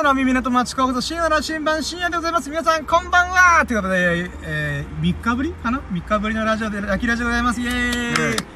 の耳の友達候補と深夜の新版深夜でございます。皆さんこんばんはということで、3日ぶりかな ?3 日ぶりのラジオで、ラキラジオでございます。イェーイ、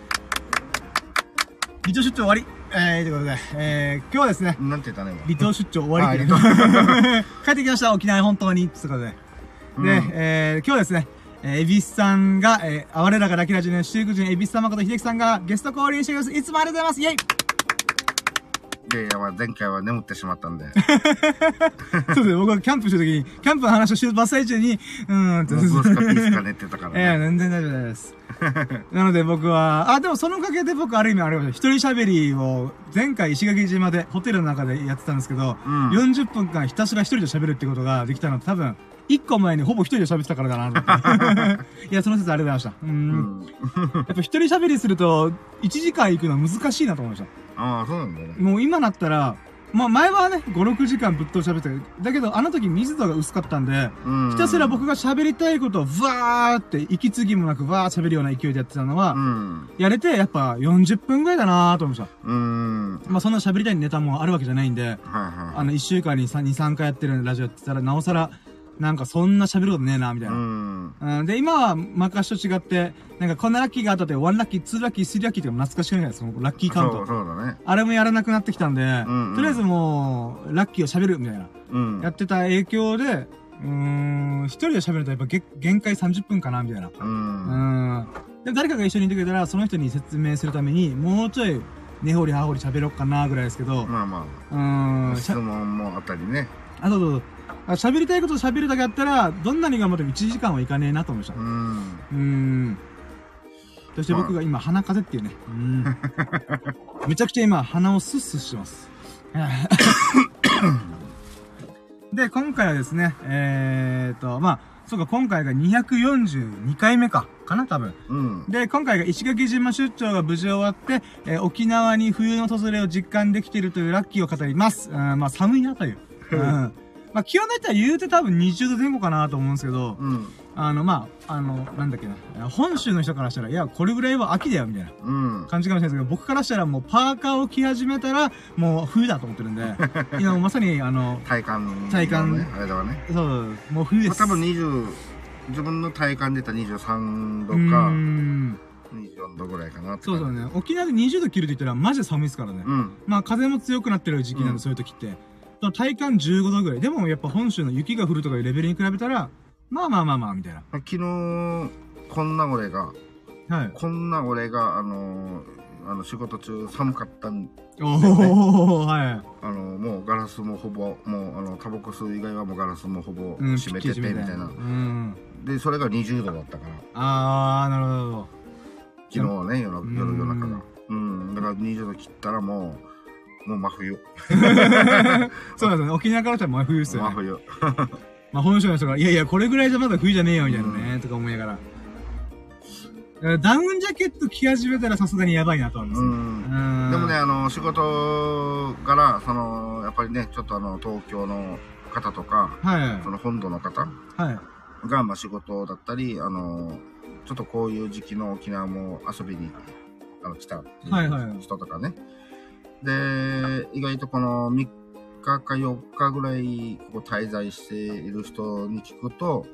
離島出張終わり。ということで、今日はですね。 なんて言ったね、 離島出張終わりって帰ってきました、沖縄本島に。ということで。で、今日はですね、恵比寿さんが、我らがラキラジオのシューク人恵比寿さん誠秀樹さんがゲスト降臨してください。いつもありがとうございます。イェイ。 いやいや、前回は眠ってしまったんで。 そうですね、僕はキャンプしてる時に、キャンプの話をしてる真っ最中に、って。 どうすかピースか寝てたからね。 全然大丈夫です。なので僕は、でもそのおかげで僕ある意味あれました。一人喋りを前回石垣島でホテルの中でやってたんですけど、40分間ひたすら一人で喋るってことができたのって多分、一個前にほぼ一人で喋ってたからだなと思って。いや、その説ありがとうございました。やっぱ一人喋りすると、1時間行くの難しいなと思いました。 ああ、そうなんだね。 もう今なったら、まあ前はね、5、6時間ぶっ通し喋ってる。だけど、あの時密度が薄かったんで、ひたすら僕が喋りたいことをブワーって息継ぎもなくバー喋るような勢いでやってたのは、やれてやっぱ40分ぐらいだなーと思いました。まあそんな喋りたいネタもあるわけじゃないんで、1週間に2、3回やってるラジオやってたら、なおさら、なんかそんな喋ることねえな、みたいな。で、今は昔と違って、なんかこんなラッキーがあったって、1ラッキー、2ラッキー、3ラッキーって懐かしくないですか？ラッキーカウント。 そうだね。 あれもやらなくなってきたんで、とりあえずもう、ラッキーを喋るみたいな。やってた影響で、一人で喋るとやっぱ限界30分かな、みたいな。で、誰かが一緒にいてくれたら、その人に説明するために、もうちょい、根掘り葉掘り喋ろうかな、ぐらいですけど。 まあまあ。質問もあったりね。 そう。喋りたいこと喋るだけあったら、どんなに頑張っても1時間はいかねえなと思いました。そして僕が今、鼻風邪っていうね。めちゃくちゃ今、鼻をスッスッしてます。で、今回はですね、まあ、そうか、今回が242回目かな多分。で、今回が石垣島出張が無事終わって、沖縄に冬の訪れを実感できているというラッキーを語ります。まあ、寒いなという。まあ、気温だったら言うて多分20度前後かなと思うんですけど、まあ、なんだっけな、本州の人からしたら、いや、これぐらいは秋だよ、みたいな感じかもしれないですけど、僕からしたらもうパーカーを着始めたら、もう冬だと思ってるんで、今まさに、 体感。あれだわね。 そう、もう冬です。 多分自分の体感で言ったら23度か、24度ぐらいかなって。 そうそうね。沖縄で20度切るって言ったらマジで寒いですからね。まあ風も強くなってる時期なんで、そういう時って。体感15度ぐらい。でもやっぱ本州の雪が降るとかいうレベルに比べたら、まあ、みたいな。 昨日、こんな俺が、仕事中寒かったんですよね。もうガラスもほぼ、タバコ吸う以外はもうガラスもほぼ閉めてて、みたいな。で、それが20度だったから。 なるほど。 昨日はね、夜中が。だから20度切ったらもう真冬。 そうなんですね。沖縄からしたら真冬ですよね。 真冬。 まあ本州の人が、いやいや、これぐらいじゃまだ冬じゃねえよ、みたいなね、とか思いながら。ダウンジャケット着始めたらさすがにやばいなと思います。 でもね、仕事から、やっぱりね、ちょっと東京の方とか、その本土の方が、まあ仕事だったり、ちょっとこういう時期の沖縄も遊びに来た人とかね。で、意外とこの3日か4日ぐらいここ滞在している人に聞くと、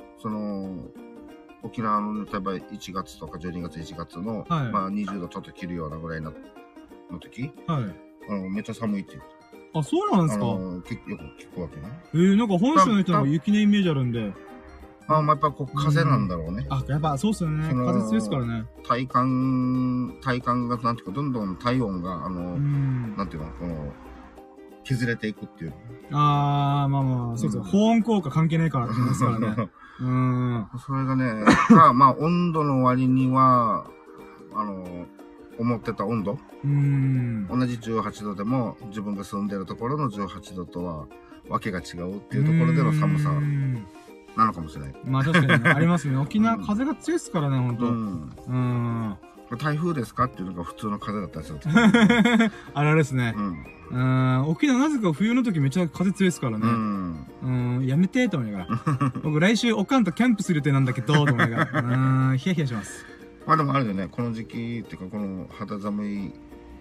沖縄の例えば1月とか12月1月の、まあ20度ちょっと切るようなぐらいの時、めっちゃ寒いって言う。 そうなんですか？ よく聞くわけね。 なんか本州の人の雪のイメージあるんで。 まあやっぱこう風なんだろうね。 やっぱそうっすよね。風強いですからね。 体感がなんていうか、どんどん体温がなんていうの、削れていくっていう。まあ、そうですよ。保温効果関係ないからって言いますからね。 それがね、まあ温度の割には、思ってた温度。同じ18度でも、自分が住んでるところの18度とは、わけが違うっていうところでの寒さ。なのかもしれない。 まあ確かにね、ありますね。沖縄風が強いですからね、ほんと。台風ですかっていうのが普通の風だったんですよ。 あれですね。沖縄なぜか冬の時めっちゃ風強いですからね。やめてーと思いながら。僕来週おかんとキャンプする予定なんだけど、と思いながら。ヒヤヒヤします。 まあでもあれだよね、この時期っていうかこの肌寒い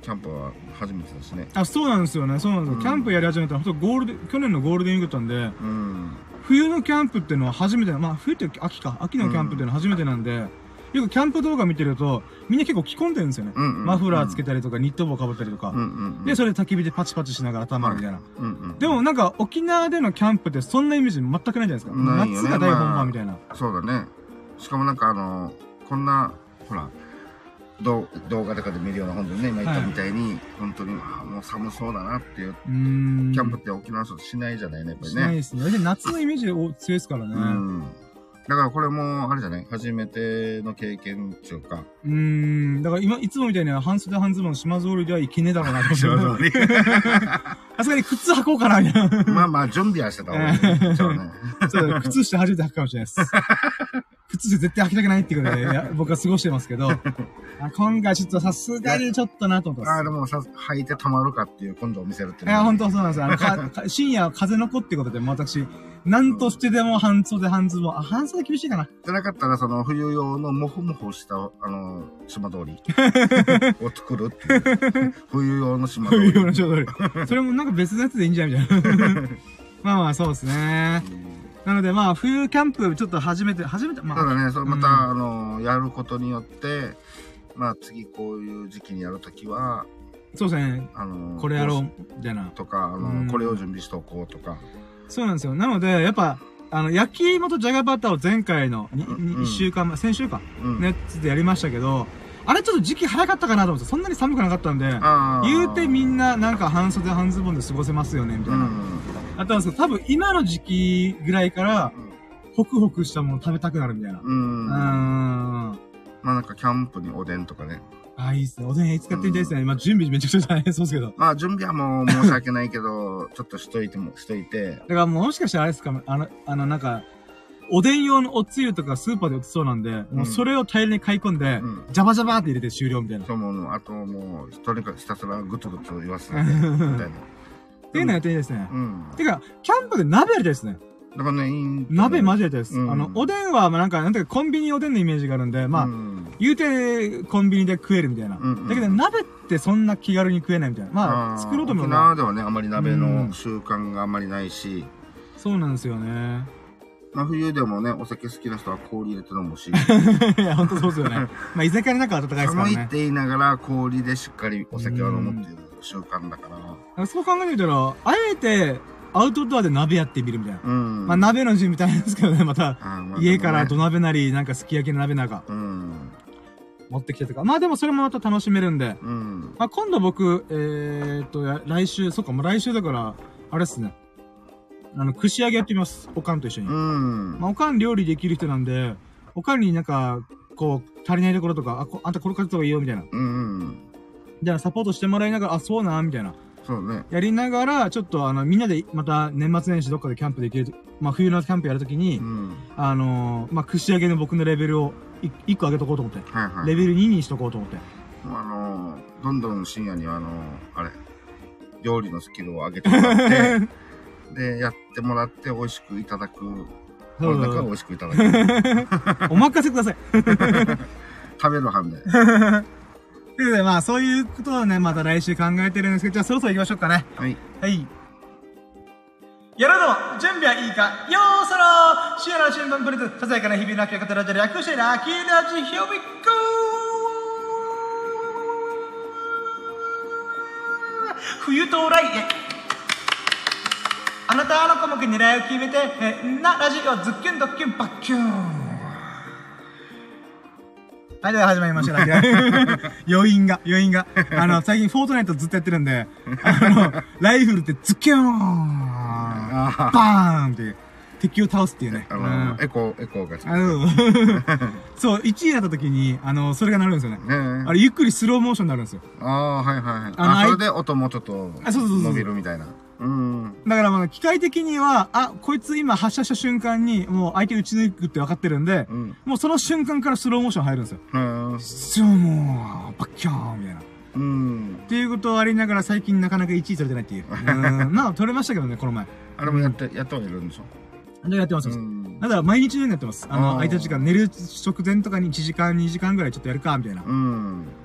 キャンプは初めてですね。 あ、そうなんですよね。そうなんですよ。キャンプやり始めたのは、去年のゴールデンウィークだったんで、冬のキャンプっていうのは初めて、まあ、冬って秋か。秋のキャンプっていうのは初めてなんで、よくキャンプ動画見てると、みんな結構着込んでるんですよね。マフラーつけたりとか、ニット帽かぶったりとか。で、それで焚き火でパチパチしながら頭みたいな。でもなんか、沖縄でのキャンプってそんなイメージ全くないじゃないですか。夏が大本番みたいな。 そうだね。しかもなんかこんな、ほら、動画とかで見るような、本当にね、今言ったみたいに、本当に、もう寒そうだなっていう、キャンプって沖縄の人しないじゃないね、やっぱりね。 しないですね。で、夏のイメージ強いですからね。 だからこれも、あれじゃない初めての経験っていうか。 だから今、いつもみたいに半袖半ズボン島ぞうりではいけねえだろうなと思って。さすがに靴履こうかな、みたいな。 まあまあ、準備はしてた方がいい。そうね。 そう、靴下初めて履くかもしれないです。靴下絶対履きたくないっていうことで、僕は過ごしてますけど、今回ちょっとさすがにちょっとなと思ってます。 でも履いてたまるかっていう今度を見せるっていう。 いや、本当そうなんですよ。深夜風の子っていうことで、私、なんとしてでも半袖半ズボン。半袖厳しいかな。 じゃなかったら、冬用のモフモフした、島通りを作るっていう。冬用の島通り。 冬用の島通り。それもなんか別のやつでいいんじゃんみたいな。まあまあ、そうですね。なのでまあ、冬キャンプちょっと初めて、まあ。 ただね、また、やることによって、まあ次こういう時期にやるときは、 そうですね。これやろう、みたいな。 とか、これを準備しておこうとか。 そうなんですよ。なので、やっぱ、焼き芋とじゃがバターを前回の1週間前、先週か、のやつでやりましたけど、あれちょっと時期早かったかなと思って、そんなに寒くなかったんで、言うてみんななんか半袖半ズボンで過ごせますよね、みたいな。あったんですけど、多分今の時期ぐらいから、ホクホクしたもの食べたくなるみたいな。 まあなんかキャンプにおでんとかね。 いいっすね。おでん使ってみたいですね。まあ準備めちゃくちゃ大変そうですけど。 まあ準備はもう申し訳ないけど、ちょっとしといて。だからもしかしたらあれですか、なんか、おでん用のおつゆとかスーパーで売ってそうなんで、もうそれを大量に買い込んで、ジャバジャバーって入れて終了みたいな。 そう、あともう、とにかくひたすらグツグツ言わせて、みたいな。 っていうのやっていいですね。てか、キャンプで鍋やりたいですね。 だからね、 鍋マジやりたいです。おでんは、なんていうか、コンビニおでんのイメージがあるんで、まあ、言うて、コンビニで食えるみたいな。だけど、鍋ってそんな気軽に食えないみたいな。まあ、作ろうと思えば。 沖縄ではね、あまり鍋の習慣があまりないし。 そうなんですよね。 まあ、冬でもね、お酒好きな人は氷入れて飲むし。 いや、ほんとそうですよね。まあ、居酒屋の中は暖かいですからね。 寒いって言いながら、氷でしっかりお酒を飲むっていう習慣だから。 そう考えてみたら、あえて、アウトドアで鍋やってみるみたいな。まあ、鍋の準備大変ですけどね、また。家から土鍋なり、なんかすき焼きの鍋なんか。持ってきてとか。まあでもそれもまた楽しめるんで。まあ今度僕、来週、そっか、もう来週だから、あれっすね。串揚げやってみます。おかんと一緒に。まあおかん料理できる人なんで、おかんになんか、こう、足りないところとか、あんたこれ買った方がいいよ、みたいな。じゃあサポートしてもらいながら、そうな、みたいな。 そうね。 やりながら、ちょっとみんなでまた年末年始どっかでキャンプできる、まあ冬のキャンプやるときに、まあ串揚げの僕のレベルを1個上げとこうと思って。レベル2にしとこうと思って。 どんどん深夜に料理のスキルを上げてもらって、で、やってもらって美味しくいただく。俺だから美味しくいただく。 お任せください。 食べる班で。 ということで、まあ、そういうことをね、また来週考えてるんですけど、じゃあそろそろ行きましょうかね。 はい。 はい。やろうども、準備はいいかよーそろー深夜の新聞プリズ、ささやかな日々の明け方ラジオ略してラッキーラジ、Here we go! 冬到来へ。あなたの項目に狙いを決めて、なラジオズッキュンドッキュンバッキュン。はい、では始まりました。余韻が。最近フォートナイトずっとやってるんで、ライフルってズッキューンバーンって、敵を倒すっていうね。 エコーがそう、1位になった時に、それが鳴るんですよね。あれ、ゆっくりスローモーションになるんですよ。 それで音もちょっと伸びるみたいな。 だからまあ、機械的には、こいつ今発射した瞬間に、もう相手撃ち抜くって分かってるんで、もうその瞬間からスローモーション入るんですよ。スローモー、バッキャーンみたいな。っていうことをありながら最近なかなか1位取れてないっていう。まあ、取れましたけどね、この前。 あれもやってはいるんでしょ？ やってます。だから毎日のようにやってます。空いた時間、寝る直前とかに1時間、2時間ぐらいちょっとやるか、みたいな。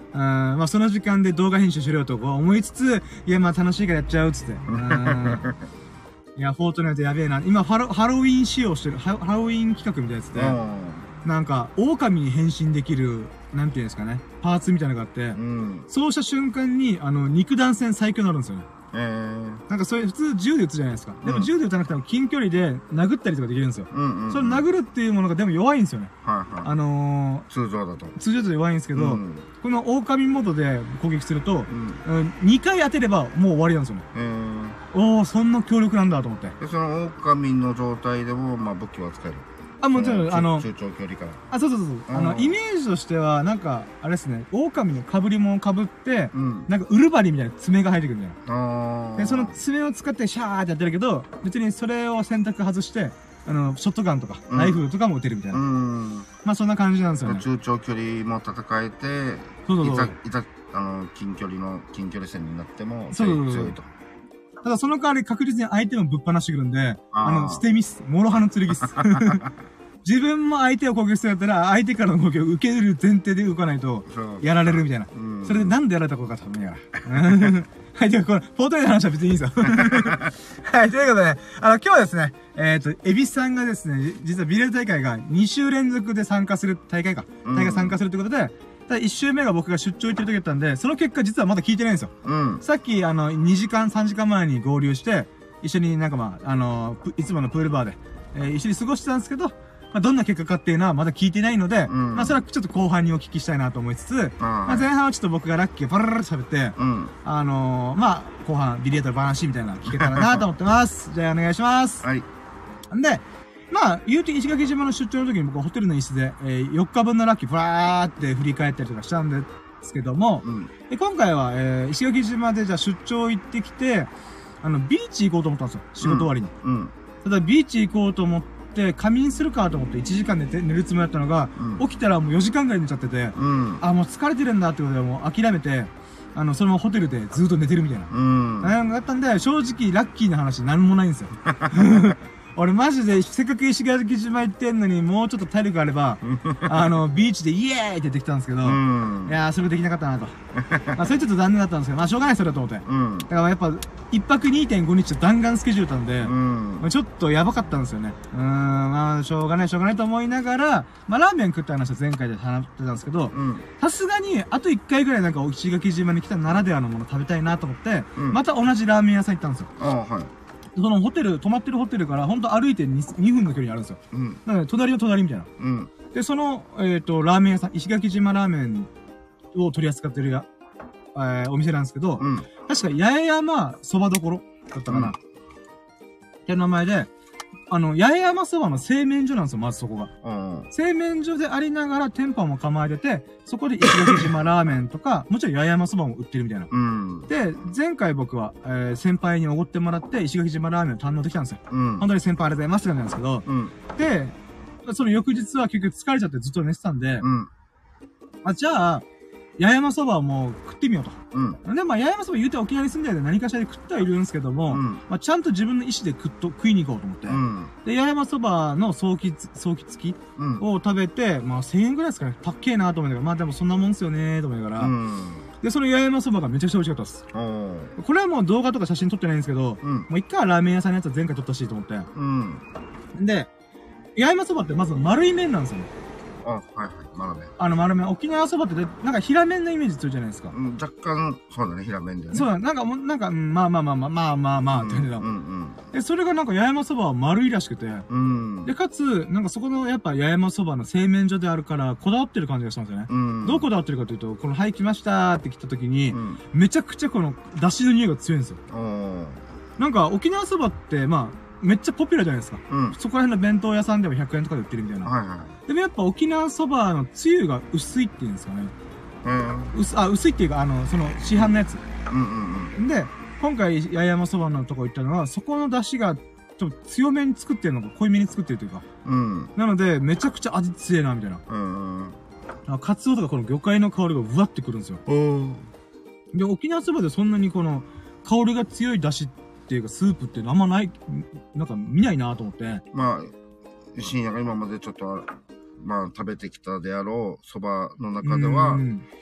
まあその時間で動画編集しろよとこう思いつつ、いやまあ楽しいからやっちゃうっつって。いや、フォートナイトやべえな。今ハロウィン仕様してる、ハロウィン企画みたいなやつで、なんか、狼に変身できる、なんていうんですかね、パーツみたいなのがあって、そうした瞬間に、肉弾戦最強になるんですよね。なんかそれ普通銃で撃つじゃないですか。でも銃で撃たなくても近距離で殴ったりとかできるんですよ。それ殴るっていうものがでも弱いんですよね。 通常だと。 通常だと弱いんですけど、この狼モードで攻撃すると、2回当てればもう終わりなんですよね。おー、そんな強力なんだと思って。 で、その狼の状態でも、まあ武器は使える。 もちろん、 中長距離から。 そう。イメージとしては、なんか、あれですね、狼の被り物を被って、なんか、ウルバリみたいな爪が生えてくるみたいな。で、その爪を使ってシャーってやってるけど、別にそれを選択外して、ショットガンとか、ライフルとかも撃てるみたいな。まあ、そんな感じなんですよね。 中長距離も戦えて、近距離戦になっても強いと。 ただその代わり確実に相手もぶっ放してくるんで、捨てミス、諸刃の剣っす。自分も相手を攻撃するんだったら、相手からの攻撃を受ける前提で動かないと、やられるみたいな。それでなんでやられたことか多分やら。はい、ではこの、ポートナイトの話は別にいいんですよ。はい、ということで、今日はですね、エビスさんがですね、実はビレル大会が2週連続で参加する、大会参加するということで、ただ1週目が僕が出張行ってる時だったんで、その結果実はまだ聞いてないんですよ。さっき2時間、3時間前に合流して、一緒になんかまあ、いつものプールバーで、一緒に過ごしてたんですけど、まあ、どんな結果かっていうのはまだ聞いてないので、まあ、それはちょっと後半にお聞きしたいなと思いつつ、まあ、前半はちょっと僕がラッキーをパラララと喋って、まあ、後半、ビリヤードの話みたいなの聞けたらなと思ってます。じゃあお願いします。はい。んで、まあ、言うて石垣島の出張の時に僕はホテルの椅子で、4日分のラッキーブラーって振り返ったりとかしたんですけども、今回は、石垣島でじゃあ出張行ってきて、ビーチ行こうと思ったんですよ。仕事終わりに。ただビーチ行こうと思って、仮眠するかと思って1時間寝るつもりだったのが、起きたらもう4時間ぐらい寝ちゃってて、もう疲れてるんだってことでもう諦めて、そのままホテルでずっと寝てるみたいな。だったんで、正直ラッキーな話なんもないんですよ。俺マジで、せっかく石垣島行ってんのに、もうちょっと体力あれば、ビーチでイエーイってできたんですけど、いやー、それできなかったなと。まあ、それちょっと残念だったんですけど、まあ、しょうがないそれだと思って。だからやっぱ、1泊 2.5 日と弾丸スケジュールだったんで、ちょっとやばかったんですよね。まあ、しょうがないと思いながら、まあ、ラーメン食った話は前回で話してたんですけど、さすがに、あと1回ぐらいなんか石垣島に来たならではのもの食べたいなと思って、また同じラーメン屋さん行ったんですよ。その泊まってるホテルからほんと歩いて 2分の距離にあるんですよ。なので、隣の隣みたいな。で、その、ラーメン屋さん、石垣島ラーメンを取り扱ってるお店なんですけど、確か八重山そばどころだったかな。って名前で、八重山そばの製麺所なんですよ、まずそこが。製麺所でありながら店舗も構えてて、そこで石垣島ラーメンとか、もちろん八重山そばも売ってるみたいな。で、前回僕は、先輩におごってもらって石垣島ラーメンを堪能できたんですよ。本当に先輩ありがとうございますって感じなんですけど、で、その翌日は結局疲れちゃってずっと寝てたんで、じゃあ、八重山そばをもう食ってみようと。で、まあ、八重山そば言うて沖縄に住んでるんで何かしらで食ってはいるんですけども、まあ、ちゃんと自分の意思で食いに行こうと思って。で、八重山そばの早期付きを食べて、まあ、1000円ぐらいですかね。高えなと思いながら、まあでもそんなもんっすよねーと思いながら。で、その八重山そばがめちゃくちゃ美味しかったです。これはもう動画とか写真撮ってないんですけど、もう一回はラーメン屋さんのやつは前回撮ったしと思って。で、八重山そばってまず丸い麺なんですよね。丸麺。沖縄そばって、なんか平麺のイメージするじゃないですか。 若干、そうだね、平麺だよね。 そうだ、なんか、まあ、って感じだ。で、それがなんか八重山そばは丸いらしくて。で、かつ、なんかそこのやっぱ八重山そばの製麺所であるから、こだわってる感じがしたんですよね。どうこだわってるかというと、この、はい、来ましたって来た時に、めちゃくちゃこの、出汁の匂いが強いんですよ。なんか、沖縄そばって、まあ、めっちゃポピュラーじゃないですか。そこら辺の弁当屋さんでも100円とかで売ってるみたいな。でもやっぱ沖縄そばのつゆが薄いっていうんですかね。薄いっていうか、その市販のやつ。で、今回八重山そばのとこ行ったのは、そこの出汁がちょっと強めに作ってるのか、濃いめに作ってるというか。なので、めちゃくちゃ味強いな、みたいな。カツオとかこの魚介の香りがうわってくるんですよ。で、沖縄そばでそんなにこの香りが強い出汁っていうかスープってあんまない、なんか見ないなと思って。 まあ、深夜が今までちょっと、まあ食べてきたであろう蕎麦の中では、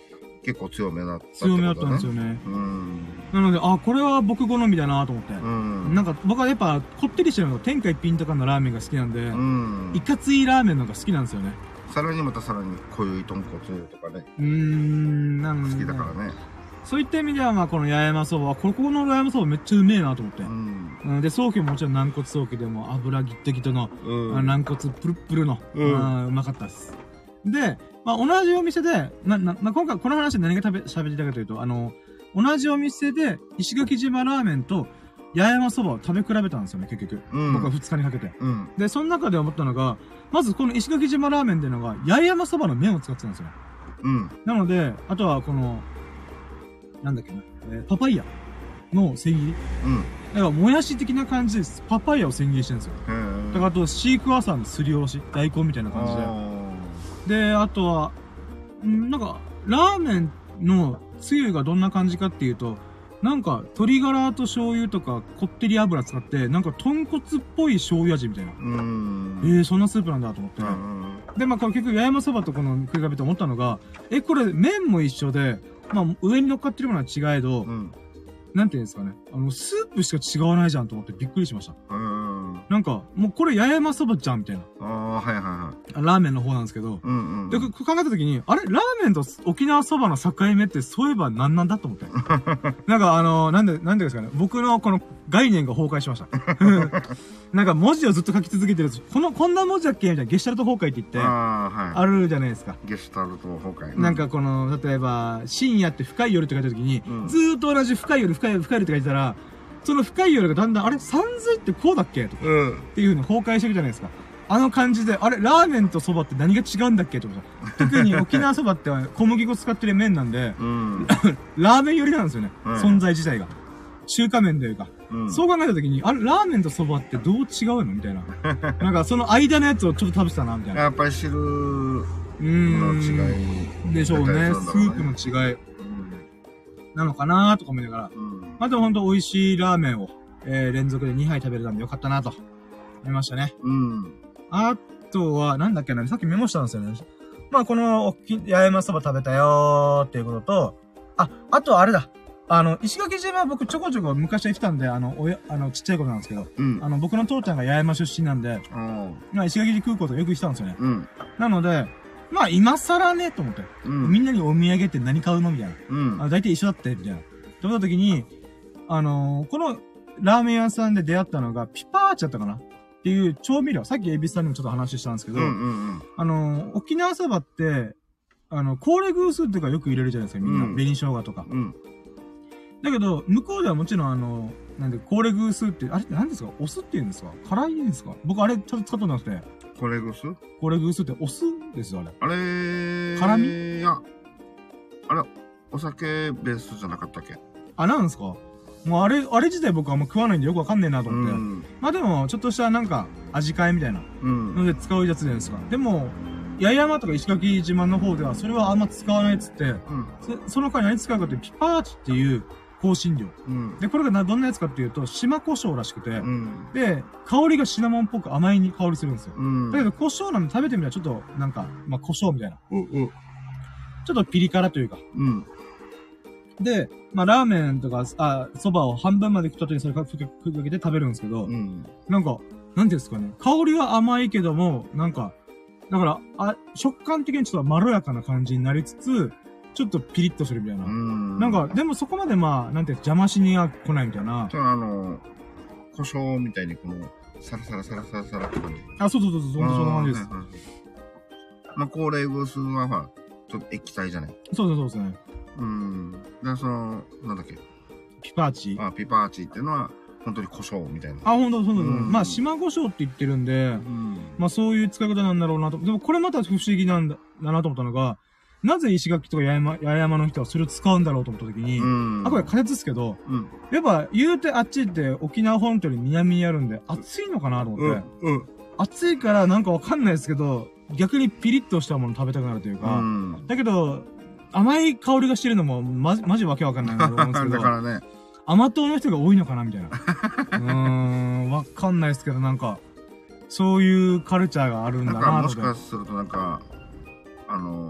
結構強めだった、 ね。強めだったんですよね。なので、これは僕好みだなと思って。なんか、僕はやっぱ、こってりしてるの天下一品とかのラーメンが好きなんで、いかついラーメンの方が好きなんですよね。 さらにまたさらに濃い豚骨とかね。 なん好きだからね。 そういった意味では、まあ、この八重山そばは、ここの八重山そばめっちゃうめえなと思って。で、ソーキももちろん軟骨ソーキでも、油ギットギトの、軟骨プルップルの、うまかったです。で、まあ、同じお店で、今回この話で何が喋りたいかというと、同じお店で、石垣島ラーメンと、八重山そばを食べ比べたんですよね、結局。僕は2日にかけて。で、その中で思ったのが、まずこの石垣島ラーメンっていうのが、八重山そばの麺を使ってたんですよ。なので、あとはこの、なんだっけな、パパイヤの千切り。だから、もやし的な感じです。パパイヤを千切りしてるんですよ。だから、あと、シークワーサーのすりおろし、大根みたいな感じで。で、あとは、なんか、ラーメンのつゆがどんな感じかっていうと、なんか、鶏ガラと醤油とか、こってり油使って、なんか、豚骨っぽい醤油味みたいな。そんなスープなんだと思って。で、まあ、結局、八重山そばとこの比べて思ったのが、これ、麺も一緒で、まあ、上に乗っかってるものは違えど、なんていうんですかね。スープしか違わないじゃんと思ってびっくりしました。なんか、もうこれ八重山そばじゃんみたいな。ラーメンの方なんですけど。で、考えたときに、あれラーメンと沖縄そばの境目ってそういえば何なんだと思って。なんかなんでですかね。僕のこの概念が崩壊しました。なんか文字をずっと書き続けてるこんな文字だっけみたいなゲシュタルト崩壊って言って、あるじゃないですか。 ゲシュタルト崩壊。 なんか例えば、深夜って深い夜って書いたときに、ずーっと同じ深い夜って書いてたら、その深い夜がだんだん、あれ山水ってこうだっけとか、っていう風に崩壊してるじゃないですか。あの感じで、あれラーメンと蕎麦って何が違うんだっけとかさ。特に沖縄蕎麦って小麦粉使ってる麺なんで、ラーメン寄りなんですよね。存在自体が。中華麺というか。そう考えたときに、あれラーメンと蕎麦ってどう違うのみたいな。なんかその間のやつをちょっと食べてたな、みたいな。 やっぱり汁の違い。 でしょうね。スープの違い。なのかなーとか思いながら。まあでもほんと美味しいラーメンを、連続で2杯食べれたんでよかったなと思いましたね。あとは、なんだっけな、さっきメモしたんですよね。まあこの八重山そば食べたよーっていうことと、あとはあれだ。石垣島は僕ちょこちょこ昔は来たんで、ちっちゃい頃なんですけど、僕の父ちゃんが八重山出身なんで、石垣空港とかよく来たんですよね。なので、まあ今更ね、と思って。みんなにお土産って何買うのみたいな。大体一緒だって、みたいな。と思った時に、このラーメン屋さんで出会ったのが、ピパーチだったかなっていう調味料。さっきエビスさんにもちょっと話したんですけど、沖縄そばって、コーレグースっていうかよく入れるじゃないですか、みんな。紅生姜とか。だけど、向こうではもちろんなんで、コーレグースって、あれって何ですかお酢って言うんですか辛いんですか僕あれちょっと使ってなくて。 コーレグースコーレグースってお酢ですよ、あれ。 あれ辛味いや、あれ、お酒ベースじゃなかったっけなんですかもうあれ自体僕はあんま食わないんでよくわかんねえなと思って。まあでも、ちょっとしたなんか、味変えみたいな。ので使うやつじゃないですか。でも、八重山とか石垣島の方ではそれはあんま使わないっつって、その代わり何使うかってピパーチっていう香辛料。で、これがどんなやつかっていうと、島胡椒らしくて、で、香りがシナモンっぽく甘いに香りするんですよ。だけど胡椒なんで食べてみたらちょっと、なんか、まあ胡椒みたいな。ちょっとピリ辛というか。で、まあラーメンとか、蕎麦を半分まで食った後にそれかけて食べるんですけど、なんか、なんていうんですかね。香りは甘いけども、なんか、だから、食感的にちょっとまろやかな感じになりつつ、ちょっとピリッとするみたいな。なんか、でもそこまでまあ、なんて邪魔しには来ないみたいな。 胡椒みたいにこの、サラサラサラサラサラって感じ。 そう、そんな感じです。 まあ、コーレグースはまあ、ちょっと液体じゃない。 そうですね。 で、なんだっけ。 ピパーチピパーチっていうのは、本当に胡椒みたいな。 本当まあ、島胡椒って言ってるんで、まあそういう使い方なんだろうなと。でもこれまた不思議なんだなと思ったのが、なぜ石垣とか八重山の人はそれを使うんだろうと思った時に、これ加熱ですけど、やっぱ言うてあっちって沖縄本島より南にあるんで、暑いのかなと思って。暑いからなんかわかんないですけど、逆にピリッとしたもの食べたくなるというか、だけど、甘い香りがしてるのもマジわけわかんないなと思うんですけど、 だからね。 甘党の人が多いのかなみたいな。わかんないですけど、なんか、そういうカルチャーがあるんだなと。 もしかするとなんか、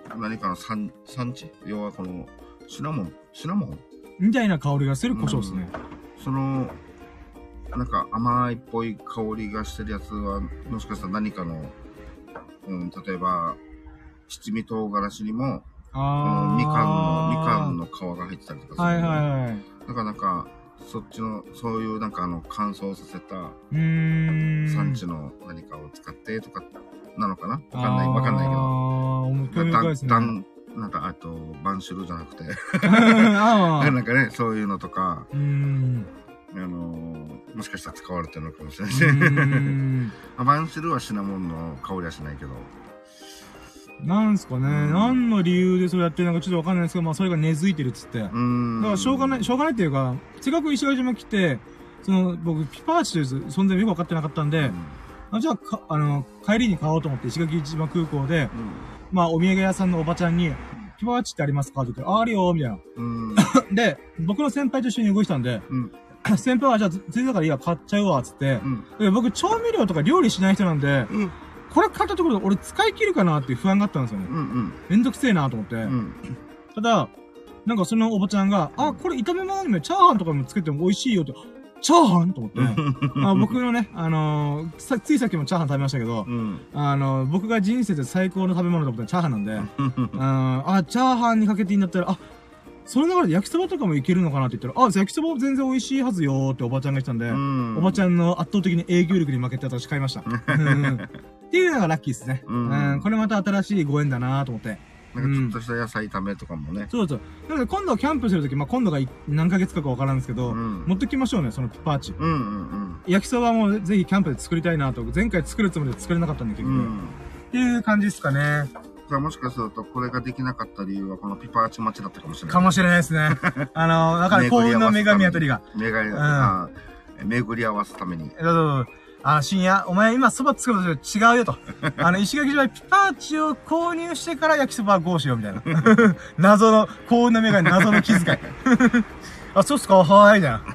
何かの産地要はこの、シナモンみたいな香りがする胡椒ですね。 なんか甘いっぽい香りがしてるやつは、もしかしたら何かの、例えば、七味唐辛子にも、みかんの皮が入ってたりとかする。はいはいはい。なかなか、そっちの、そういうなんか乾燥させた、産地の何かを使ってとか、なのかなわかんないけど。なんか、バンシュルじゃなくて。なんかね、そういうのとか、もしかしたら使われてるのかもしれないし。バンシルはシナモンの香りはしないけど。 なんすかね、何の理由でそれやってるのかちょっとわかんないですけど、まあそれが根付いてるっつって。だからしょうがないっていうか、せっかく石垣島来て、僕、ピパーチという存在よくわかってなかったんで、じゃあ、帰りに買おうと思って石垣島空港で、まあお土産屋さんのおばちゃんに、ピパーチってありますかって言って、あるよみたいな。で、僕の先輩と一緒に動いてたんで、先輩はじゃあ、ついだからいいや、買っちゃうわ、つって。僕、調味料とか料理しない人なんで、これ買ったところで俺使い切るかなっていう不安があったんですよね。めんどくせえなと思って。ただ、なんかそのおばちゃんが、これ炒め物にもチャーハンとかもつけても美味しいよって、チャーハンと思って。僕のね、ついさっきもチャーハン食べましたけど、僕が人生で最高の食べ物と思ったらチャーハンなんで、チャーハンにかけていいんだったら、その流れで焼きそばとかもいけるのかなって言ったら、焼きそばも全然美味しいはずよーっておばちゃんが言ってたんで、おばちゃんの圧倒的に営業力に負けて私買いました。っていうのがラッキーですね。これまた新しいご縁だなーと思って。 なんかちょっとした野菜炒めとかもね。 そうそう。なので今度キャンプするとき、今度が何ヶ月かわからんですけど、持ってきましょうね、そのピパーチ。焼きそばもぜひキャンプで作りたいなと、前回作るつもりで作れなかったんだけど、っていう感じですかね。 もしかすると、これができなかった理由は、このピパーチ待ちだったかもしれない。 かもしれないですね。だから幸運の女神あたりが。 巡り合わすために。 深夜、お前今蕎麦作ると違うよと。石垣島でピパーチを購入してから焼きそばはゴーしようみたいな。謎の、幸運の女神、謎の気遣い。そうっすかはーい、みたいな。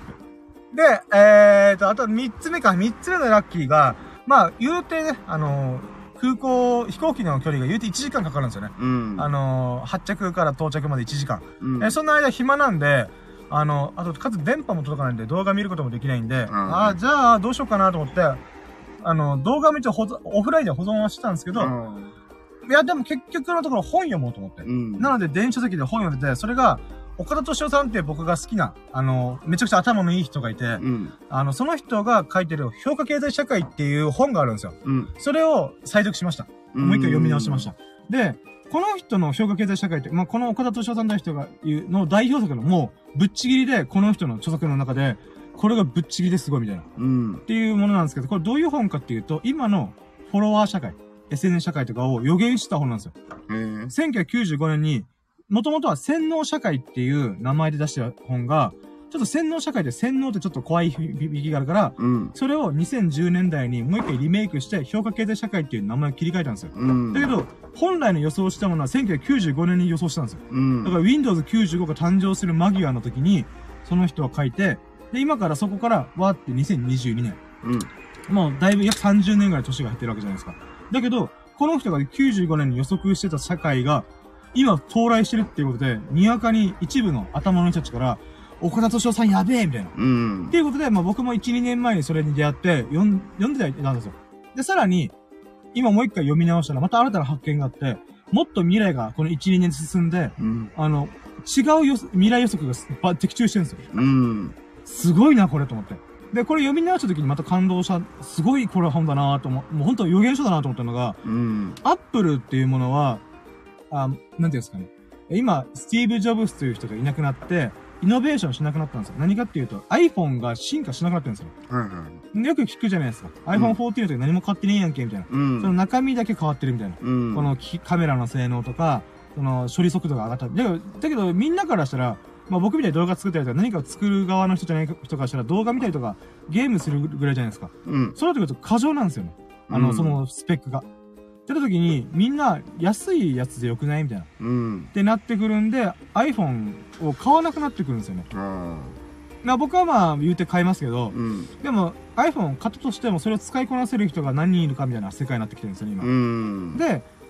で、あと3つ目のラッキーが、まあ、言うてね、飛行機の距離が言うて1時間かかるんですよね。発着から到着まで1時間。その間暇なんで、あと、かつ電波も届かないんで、動画見ることもできないんで、じゃあ、どうしようかなと思って、動画見てオフラインで保存はしてたんですけど、いや、でも結局のところ本読もうと思って。なので、電子書籍で本読んでて、それが、岡田敏夫さんって僕が好きな、めちゃくちゃ頭のいい人がいて、その人が書いてる評価経済社会っていう本があるんですよ。それを再読しました。もう一回読み直しました。で、この人の評価経済社会って、この岡田敏夫さんという人が言うの代表作のもう、ぶっちぎりで、この人の著作の中で、これがぶっちぎりですごいみたいな。っていうものなんですけど、これどういう本かっていうと、今のフォロワー社会、SNS 社会とかを予言した本なんですよ。1995年に、もともとは洗脳社会っていう名前で出してる本が、ちょっと洗脳社会で洗脳ってちょっと怖い響きがあるから、それを2010年代にもう一回リメイクして評価経済社会っていう名前を切り替えたんですよ。だけど、本来の予想したものは1995年に予想したんですよ。だから Windows 95が誕生する間際の時に、その人は書いて、で、今からそこからわーって2022年。もうだいぶ約30年ぐらい年が減ってるわけじゃないですか。だけど、この人が95年に予測してた社会が、今到来してるっていうことで、にわかに一部の頭の人たちから、岡田敏夫さんやべえみたいな。っていうことで、僕も1、2年前にそれに出会って、読んでたんですよ。で、さらに、今もう一回読み直したら、また新たな発見があって、もっと未来がこの1、2年進んで、違う未来予測が的中してるんですよ。すごいな、これと思って。で、これ読み直した時にまた感動した、すごいこれ本だなともう本当予言書だなと思ったのが、アップルっていうものは、なんていうんですかね。今、スティーブ・ジョブスという人がいなくなって、イノベーションしなくなったんですよ。何かっていうと、iPhone が進化しなくなってるんですよ。よく聞くじゃないですか。iPhone 14の時何も変わってねえやんけ、みたいな。その中身だけ変わってるみたいな。このカメラの性能とか、その処理速度が上がった。だけど、みんなからしたら、僕みたいに動画作ったりとか、何かを作る側の人じゃない人からしたら、動画見たりとか、ゲームするぐらいじゃないですか。そうなってくると過剰なんですよね。そのスペックが。ってた時に、みんな安いやつでよくないみたいな。ってなってくるんで、iPhone を買わなくなってくるんですよね。僕は言うて買いますけど、でも iPhone 買ったとしてもそれを使いこなせる人が何人いるかみたいな世界になってきてるんですよね、今。で、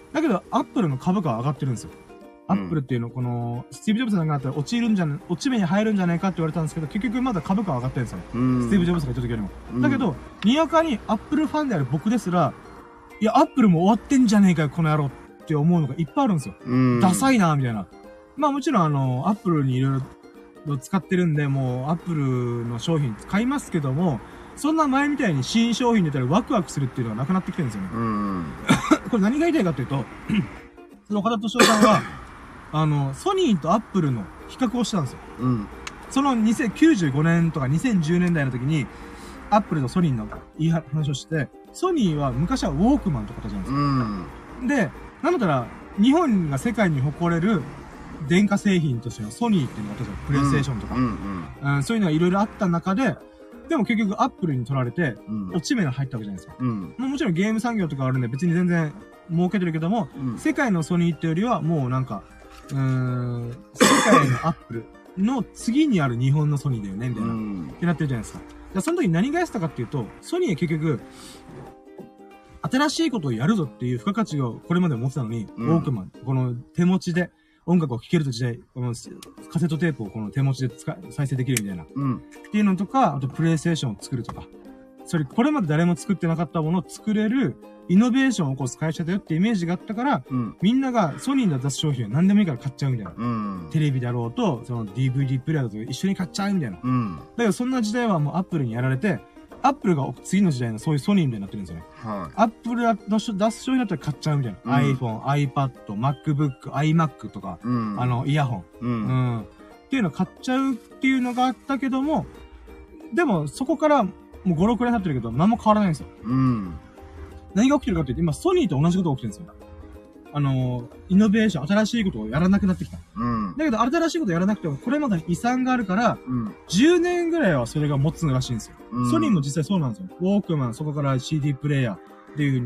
だけど、アップルの株価は上がってるんですよ。アップルっていうの、この、スティーブ・ジョブズがなったら落ち目に入るんじゃないかって言われたんですけど、結局まだ株価は上がってるんですよ。スティーブ・ジョブズが言った時よりも。だけど、にわかにアップルファンである僕ですら、いや、アップルも終わってんじゃねえかよ、この野郎って思うのがいっぱいあるんですよ。ダサいな、みたいな。まあもちろんアップルにいろいろ使ってるんで、もう、アップルの商品使いますけども、そんな前みたいに新商品出たらワクワクするっていうのはなくなってきてるんですよね。これ何が言いたいかというと、その岡田敏夫さんは、ソニーとアップルの比較をしたんですよ。その2095年とか2010年代の時に、アップルとソニーのいい話をして、ソニーは昔はウォークマンとかじゃないですか。で、なんだったら、日本が世界に誇れる電化製品としてのソニーっていうのがあったじゃん。プレイステーションとか。そういうのがいろいろあった中で、でも結局アップルに取られて、落ち目が入ったわけじゃないですか。もちろんゲーム産業とかあるんで別に全然儲けてるけども、世界のソニーってよりはもうなんか、世界のアップルの次にある日本のソニーだよね、みたいな。ってなってるじゃないですか。じゃあその時何がやってたかっていうと、ソニーは結局、新しいことをやるぞっていう付加価値をこれまで持ってたのに、ウォークマン、この手持ちで音楽を聴けると時代、このカセットテープをこの手持ちで再生できるみたいな。っていうのとか、あとプレイステーションを作るとか。これまで誰も作ってなかったものを作れる、イノベーションを起こす会社だよってイメージがあったから、みんながソニーの出す商品は何でもいいから買っちゃうみたいな。テレビだろうと、その DVD プレイヤーと一緒に買っちゃうみたいな。だけどそんな時代はもうアップルにやられて、アップルが次の時代のそういうソニーみたいになってるんですよね。アップルの出す商品だったら買っちゃうみたいな。iPhone、iPad、MacBook、iMac とか、イヤホン。っていうのを買っちゃうっていうのがあったけども、でもそこからもう5、6年経ってるけど何も変わらないんですよ。何が起きてるかって言って、今ソニーと同じことが起きてるんですよ。イノベーション、新しいことをやらなくなってきた。だけど、新しいことをやらなくても、これまでに遺産があるから、10年ぐらいはそれが持つのらしいんですよ。ソニーも実際そうなんですよ。ウォークマン、そこから CD プレイヤーっていう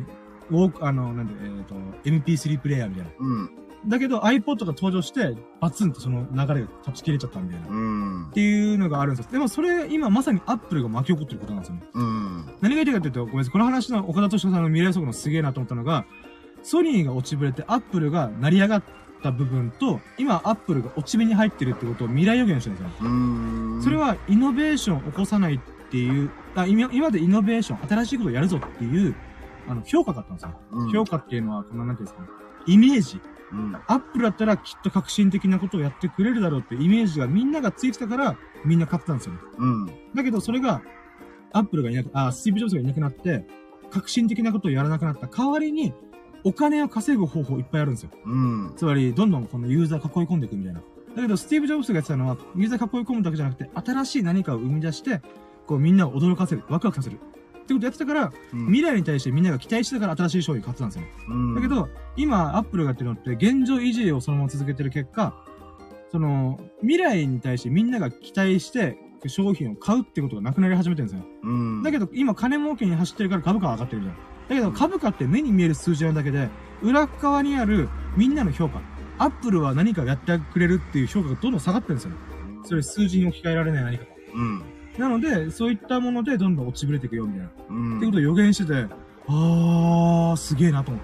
、MP3 プレイヤーみたいな。だけど iPod が登場して、バツンとその流れが断ち切れちゃったみたいな。っていうのがあるんですよ。でもそれ、今まさにアップルが巻き起こってることなんですよね。何が言いたいかというと、ごめんなさい。この話の岡田敏夫さんの未来予測のすげえなと思ったのが、ソニーが落ちぶれてアップルが成り上がった部分と、今アップルが落ち目に入ってるってことを未来予言してるんですよ。それはイノベーションを起こさないっていう、今でイノベーション、新しいことをやるぞっていう、評価があったんですよ。評価っていうのは、このなんていうんですかね、イメージ。アップルだったらきっと革新的なことをやってくれるだろうってイメージがみんながついてたからみんな買ってたんですよね。だけどそれがアップルがスティーブ・ジョブズがいなくなって革新的なことをやらなくなった代わりにお金を稼ぐ方法いっぱいあるんですよ。つまりどんどんこのユーザー囲い込んでいくみたいな。だけどスティーブ・ジョブズがやってたのはユーザー囲い込むだけじゃなくて新しい何かを生み出してこうみんなを驚かせる、ワクワクさせる。ってことやってたから、未来に対してみんなが期待してたから新しい商品買ってたんですよ。だけど、今、アップルがやってるのって、現状維持をそのまま続けてる結果、未来に対してみんなが期待して、商品を買うってことがなくなり始めてるんですよ。だけど、今、金儲けに走ってるから株価は上がってるじゃん。だけど、株価って目に見える数字なだけで、裏側にあるみんなの評価。アップルは何かをやってくれるっていう評価がどんどん下がってるんですよね。それ数字に置き換えられない何かが。なので、そういったものでどんどん落ちぶれていくよ、みたいな。ってことを予言してて、すげえなと思って。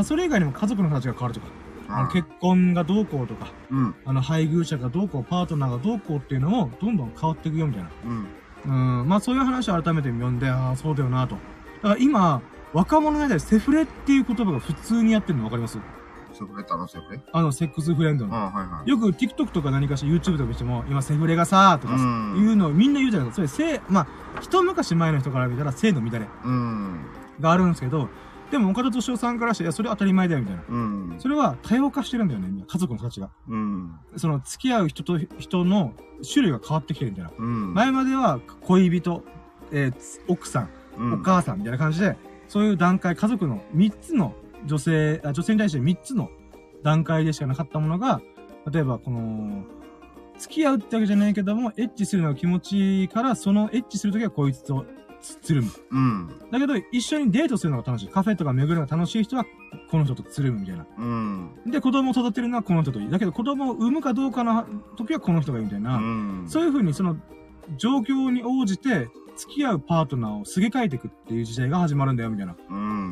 それ以外にも家族の形が変わるとか、結婚がどうこうとか、配偶者がどうこう、パートナーがどうこうっていうのもどんどん変わっていくよ、みたいな。そういう話を改めて読んで、そうだよなと。だから今、若者の間でセフレっていう言葉が普通にやってるの分かります？ セフレってセフレ？ セックスフレンドの。よく TikTok とか何かし YouTube とかしても、今セフレがさーとかいうのをみんな言うじゃないですか。それ一昔前の人から見たら性の乱れがあるんですけど、でも岡田敏夫さんからして、いや、それ当たり前だよみたいな。それは多様化してるんだよね、家族の形が。付き合う人と人の種類が変わってきてるみたいな。前までは恋人、奥さん、お母さんみたいな感じで、そういう段階、家族の3つの女性に対して3つの段階でしかなかったものが、例えば付き合うってわけじゃないけども、エッチするのが気持ちいいから、そのエッチするときはこいつとつるむ。だけど、一緒にデートするのが楽しい。カフェとか巡るのが楽しい人は、この人とつるむみたいな。で、子供を育てるのはこの人といい。だけど、子供を産むかどうかの時はこの人がいいみたいな。そういう風に、状況に応じて、付き合うパートナーをすげ替えていくっていう時代が始まるんだよ、みたいな。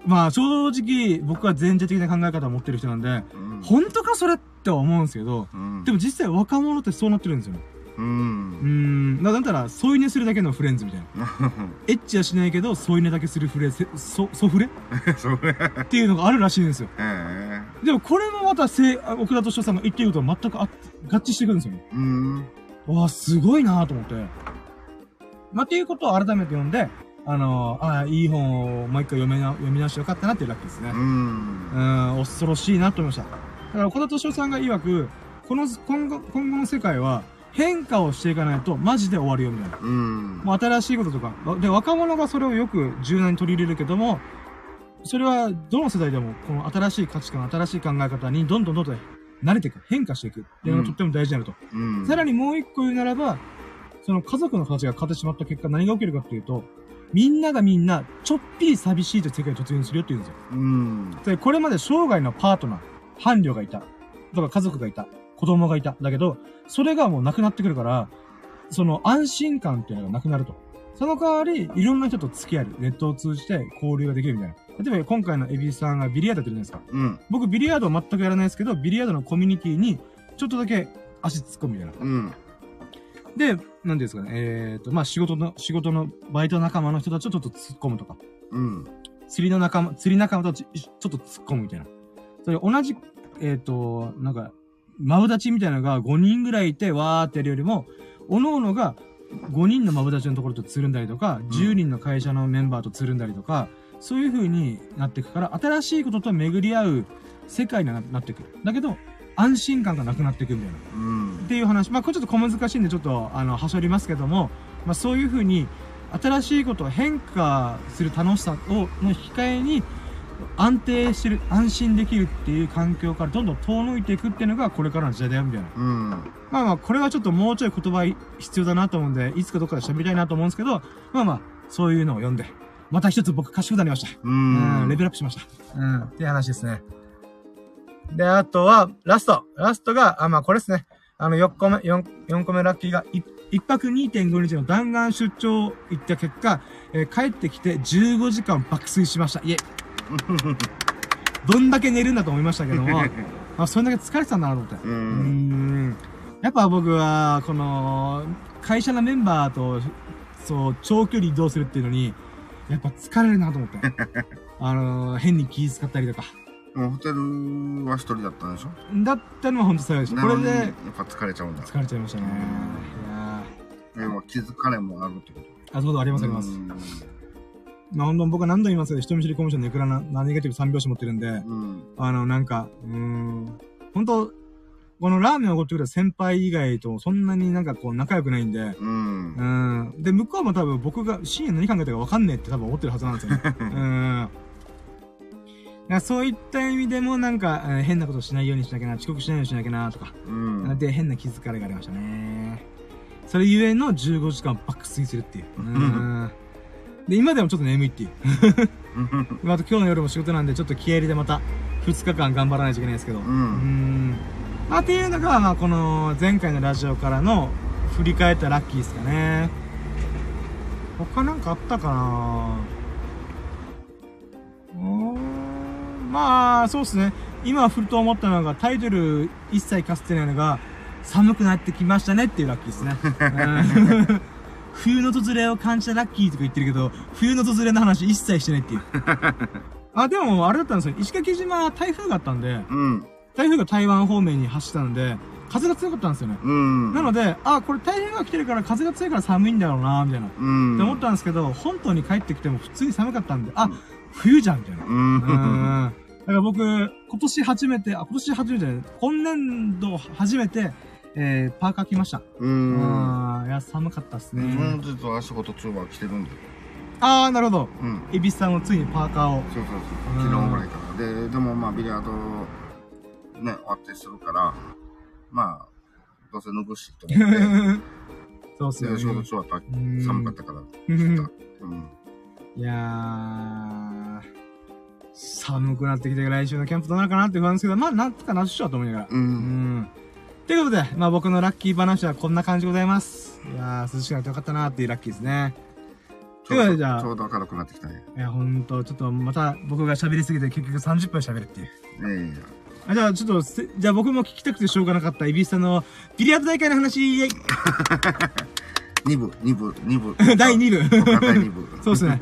まあ、正直、僕は前提的な考え方を持ってる人なんで、本当かそれって思うんですけど、でも実際若者ってそうなってるんですよね。だったら、添い寝するだけのフレンズみたいな。エッチはしないけど、添い寝だけするフレ、ソフレっていうのがあるらしいんですよ。でもこれもまた、奥田敏夫さんが言っていることは全く合致してくるんですよね。わあ、すごいなぁと思って。まあ、っていうことを改めて読んで、いい本をもう一回読み直してよかったなっていうラッキーですね。恐ろしいなと思いました。だから、岡田敏夫さんが曰く、今後の世界は変化をしていかないとマジで終わるよみたいな。もう新しいこととか。で、若者がそれをよく柔軟に取り入れるけども、それはどの世代でも、この新しい価値観、新しい考え方にどんどん慣れていく、変化していくっていうのがとっても大事になると。さらにもう一個言うならば、その家族の形が変わってしまった結果何が起きるかっていうと、みんながみんな、ちょっぴり寂しいという世界に突入するよって言うんですよ。で、これまで生涯のパートナー、伴侶がいた。とか家族がいた。子供がいた。だけど、それがもうなくなってくるから、その安心感っていうのがなくなると。その代わり、いろんな人と付き合える。ネットを通じて交流ができるみたいな。例えば今回のエビさんがビリヤードやってるじゃないですか。僕ビリヤードは全くやらないですけど、ビリヤードのコミュニティに、ちょっとだけ足突っ込むみたいな。で、なんですかね、まあ、仕事のバイト仲間の人たちをちょっと突っ込むとか。釣り仲間とちょっと突っ込むみたいな。それ同じ、なんか、マブダチみたいなのが5人ぐらいいて、わーってやるよりも、各々が5人のマブダチのところとつるんだりとか、10人の会社のメンバーとつるんだりとか、そういう風になっていくから、新しいことと巡り合う世界になっていく。だけど、安心感がなくなっていくみたいな。っていう話。まあ、これちょっと小難しいんで、ちょっと、はしょりますけども、まあ、そういう風に、新しいことを変化する楽しさの控えに、安定してる、安心できるっていう環境からどんどん遠のいていくっていうのがこれからの時代だよ、みたいな。まあまあ、これはちょっともうちょい言葉必要だなと思うんで、いつかどっかで喋りたいなと思うんですけど、まあまあ、そういうのを読んで、また一つ僕賢くなりました。レベルアップしました。っていう話ですね。で、あとは、ラストが、まあこれですね。4個目ラッキーが、1泊 2.5 日の弾丸出張行った結果、帰ってきて15時間爆睡しました。いえ。どんだけ寝るんだと思いましたけども、まあ、それだけ疲れてたんだなと思って。やっぱ僕は、この、会社のメンバーと、そう、長距離移動するっていうのに、やっぱ疲れるなと思って。変に気遣ったりとか。 ホテルは一人だったんでしょ？ だったのはほんと最後でした。これで。 やっぱ疲れちゃうんだ。 疲れちゃいましたね。 いやー。気疲れもあるってこと？ そういうことありますあります。まあ、ほんと僕は何度言いますけど、人見知りコミュ障のネクラなネガティブ3拍子持ってるんで、なんか、ほんと、このラーメンをおごってくれた先輩以外とそんなになんかこう仲良くないんで、で、向こうも多分僕が深夜何考えたか分かんねえって多分思ってるはずなんですよね。そういった意味でもなんか、変なことしないようにしなきゃな、遅刻しないようにしなきゃな、とか。で、変な気疲れがありましたね。それゆえの15時間爆睡するっていう。で、今でもちょっと眠いっていう。また今日の夜も仕事なんで、ちょっと気合入れでまた2日間頑張らないといけないですけど。っていうのが、まあ、この前回のラジオからの振り返ったラッキーですかね。他なんかあったかな。まあ、そうですね。今ふると思ったのが、タイトル一切かすってないのが、寒くなってきましたねっていうラッキーですね。冬の訪れを感じたラッキーとか言ってるけど、冬の訪れの話一切してないっていう。でも、あれだったんですよ。石垣島台風があったんで、台風が台湾方面に走ったので、風が強かったんですよね。なので、これ台風が来てるから風が強いから寒いんだろうな、みたいな。って思ったんですけど、本島に帰ってきても普通に寒かったんで、冬じゃん、みたいな。だから僕、今年度初めて、パーカー着ました。いや、寒かったっすね。 ずっと仕事中は着てるんで。 なるほど。恵比寿さんもついにパーカーを。 そう。昨日ぐらいから。でもまあ、ビリヤード、ね、終わってするから、まあ、どうせ脱ぐし、と思って。 そうっすよね。 仕事中は寒かったから。 いやー、寒くなってきて来週のキャンプどうなるかなって不安ですけど、まあ、なんとかなっしょうと思いながら。ということで、まあ僕のラッキー話はこんな感じでございます。いやー、涼しくなってよかったなーっていうラッキーですね。 ちょうど明るくなってきたね。 いや、ほんと、ちょっとまた僕が喋りすぎて結局30分喋るっていう。じゃあ、ちょっと、じゃあ僕も聞きたくてしょうがなかった、エビスさんのビリヤード大会の話、 2部。 第2部。 第2部。 そうですね。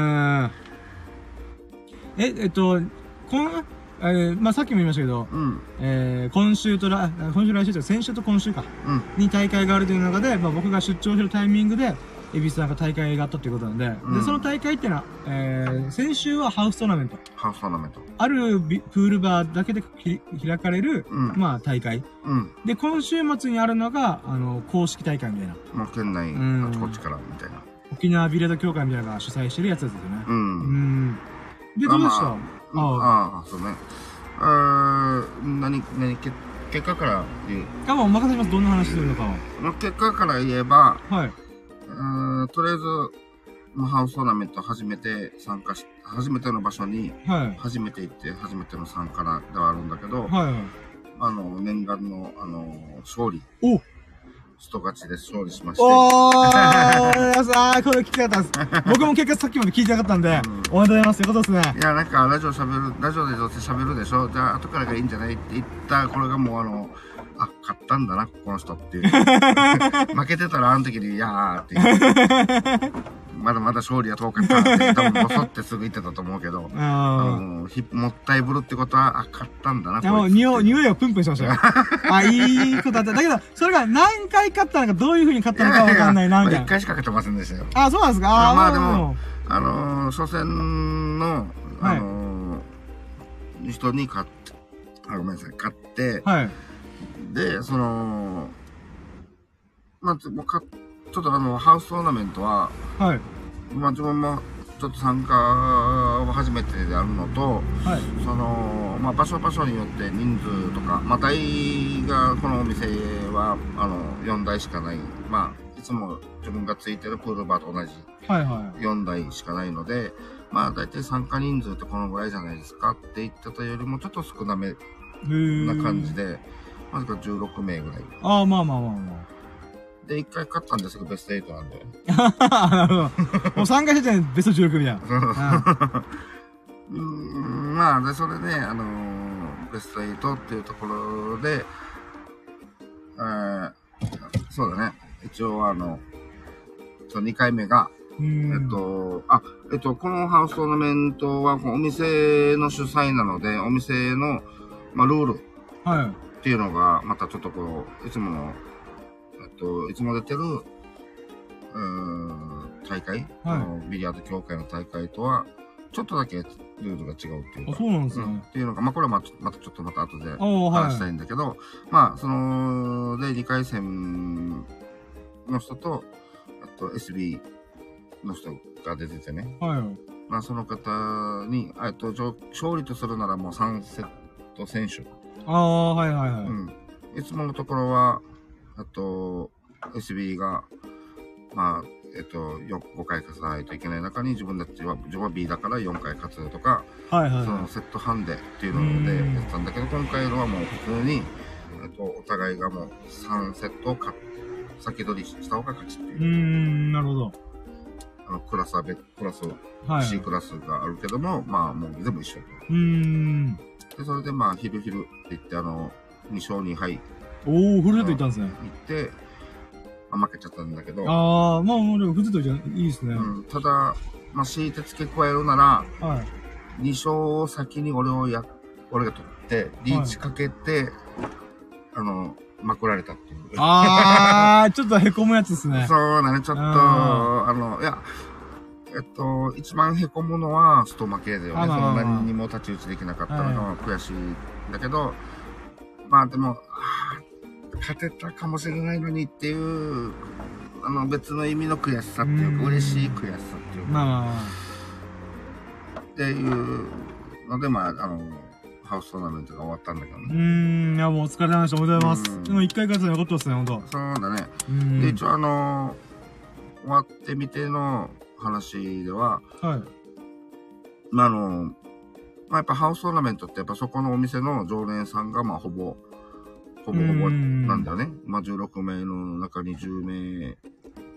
まあ、さっきも言いましたけど、今週来週と先週と今週か、に大会があるという中で、まあ、僕が出張するタイミングで、エビスさんが大会があったということなんで、で、その大会っていうのは、先週はハウストーナメント。あるプールバーだけで開かれる、まあ、大会。で、今週末にあるのが、公式大会みたいな。 もう県内、あちこちからみたいな。 沖縄ビリヤード協会みたいなのが主催してるやつですよね。で、どうでした？ そうね。結果から言う。 もう任せます。どんな話するのかは。結果から言えば、とりあえず、ハウストーナメント初めての場所に、初めて行って、初めての参加ではあるんだけど、念願の、勝利。人勝ちで勝利しまして。 これ聞きたかったです。僕も結果さっきまで聞いてなかったんで、おめでとうございます。よかったですね。 いや、なんか、ラジオでどうせ喋るでしょ。じゃあ、後からがいいんじゃないって言った、これがもう勝ったんだな、この人っていう。負けてたらあの時に、いやーっていう。まだまだ勝利は遠かったって、多分ボソってすぐ言ってたと思うけど、もったいぶるってことは、勝ったんだな、 もう匂いをプンプンしましたよ。いいことだった。だけど、それが何回勝ったのか、どういう風に勝ったのかわかんないな、みたいな。 1回しか勝てませんでしたよ。 そうなんですか？ まあでも、初戦の、人に勝って、ごめんなさい、勝って、で、まあ、ちょっとハウストーナメントは、まあ自分もちょっと参加は初めてであるのと、まあ場所によって人数とか、まあ台がこのお店は、4台しかない、まあ、いつも自分がついてるプールバーと同じ、4台しかないので、まあ大体参加人数ってこのぐらいじゃないですかって言ってたよりもちょっと少なめな感じで、まずか16名ぐらい。で、1回勝ったんですけど、ベスト8なんで。 なるほど。もう参加してたらベスト16みたいな。 まあ、で、それで、ベスト8っていうところで、そうだね。一応、2回目が、このハウストーナメントは、お店の主催なので、お店の、まあ、ルールっていうのが、またちょっといつも出てる、大会、ビリヤード協会の大会とは、ちょっとだけルールが違うっていうか。 そうなんですね。 っていうのが、まあ、これはまたちょっと後で話したいんだけど、まあ、で、2回戦の人と、SB の人が出ててね。まあ、その方に、勝利とするならもう3セット選手。いつものところは、SB が、まあ、5回勝たないといけない中に自分は B だから4回勝つとか、そのセットハンデっていうのでやったんだけど、今回のはもう普通に、お互いがもう3セットを先取りした方が勝ちっていう。 なるほど。 クラス C クラスがあるけども、まあもう全部一緒。で、それでまあ、昼って言って2勝2敗。 フルセット行ったんですね。 行って、負けちゃったんだけど。 まあ、もうでもフルセットじゃいいですね。 ただ、まあ、強いて付け加えるなら、2勝を先に俺が取って、リーチかけて、まくられたっていう。 ちょっと凹むやつですね。 そうだね、ちょっと、いや、一番凹むのはスト負けだよね。何にも太刀打ちできなかったのが悔しいんだけど、まあでも、勝てたかもしれないのにっていう、別の意味の悔しさっていうか、嬉しい悔しさっていうか、っていうので、まあ、ハウストーナメントが終わったんだけどね。 いや、もうお疲れ様でした。おめでとうございます。1回勝つのよかったですね、ほんと。 そうだね。で、一応終わってみての話では、まあやっぱハウストーナメントってやっぱそこのお店の常連さんがまあほぼなんだよね。まあ16名の中に10名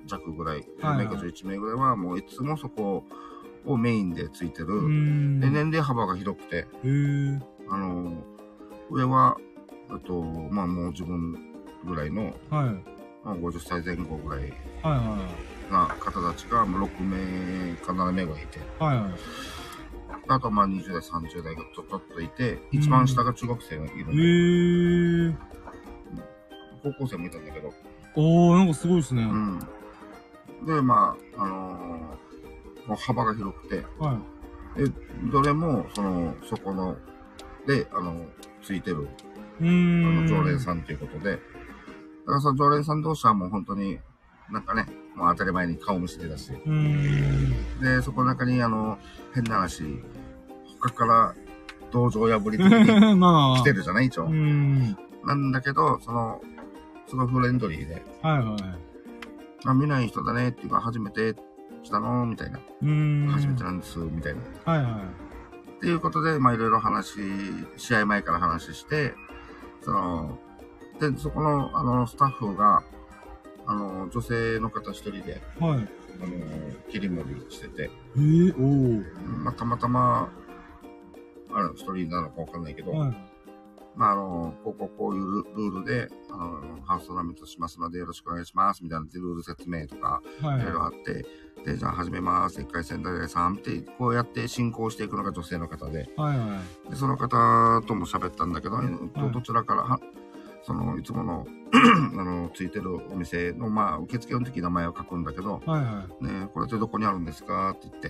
弱ぐらい、10名か11名ぐらいは、もういつもそこをメインでついてる。で、年齢幅が広くて、上は、まあもう自分ぐらいの、まあ、50歳前後ぐらいな方たちがもう6名か7名ぐらいいて、あとはまあ20代、30代がちょっといて、一番下が中学生がいるんで、高校生もいたんだけど。 なんかすごいですね。 で、まあ、もう幅が広くて、で、どれも、そこの、で、ついてる、常連さんということで、だからその常連さん同士はもう本当に、なんかね、もう当たり前に顔見せてたし、で、そこの中に変な話、他から道場破り的に来てるじゃない一応。なんだけど、すごいフレンドリーで、見ない人だねっていうか、初めて来たのみたいな。初めてなんです、みたいな。っていうことで、まあいろいろ試合前から話して、で、そこの、スタッフが、女性の方一人で、切り盛りしてて、まあ、たまたま、一人なのかわかんないけど、まあ、こういうルールで、ハウストーナメントしますのでよろしくお願いします、みたいなルール説明とか、いろいろあって、で、じゃあ始めます、1回戦第3って、こうやって進行していくのが女性の方で、でその方とも喋ったんだけど、どちらから、いつもの、ついてるお店の、まあ、受付の時名前を書くんだけど、ね、これってどこにあるんですかって言って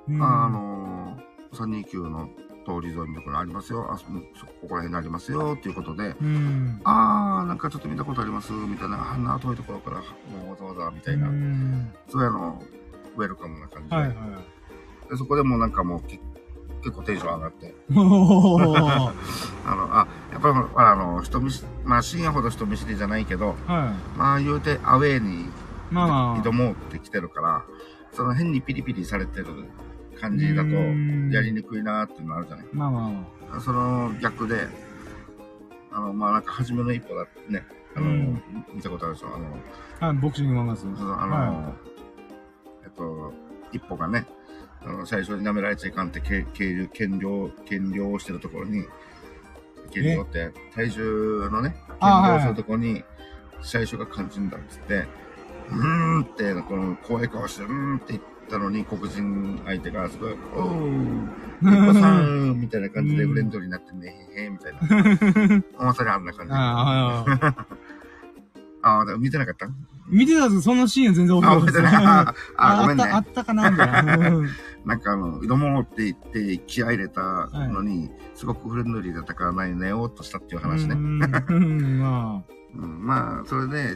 、329の通り沿いのところありますよ。ここら辺にありますよ。っていうことで、なんかちょっと見たことあります。みたいな、あんな遠いところから、もうわざわざ、みたいな、そういうウェルカムな感じで。でそこでもうなんかもう結構テンション上がって。やっぱり、まあ、深夜ほど人見知りじゃないけど、まあ、言うてアウェーに挑もうって来てるから、変にピリピリされてる感じだと、やりにくいなーっていうのあるじゃない。その逆で、まあ、なんか、初めの一歩だってね、見たことあるでしょ。 ボクシング漫画です。 一歩がね、最初に舐められちゃいかんって、減量をしてるところに、減量って、体重のね、減量するところに、最初が肝心だっつって、って、この怖い顔して、って言ったのに、黒人相手がすごい、一歩さんみたいな感じでフレンドリーになってね、へへみたいな。まさにあんな感じ。見てなかった？ 見てたぞ、そのシーン全然覚えてない。 ごめんね。 あったかなみたいな。 なんか挑もうって言って気合い入れたのに、すごくフレンドリーだったから寝ようとしたっていう話ね。まあ、それで、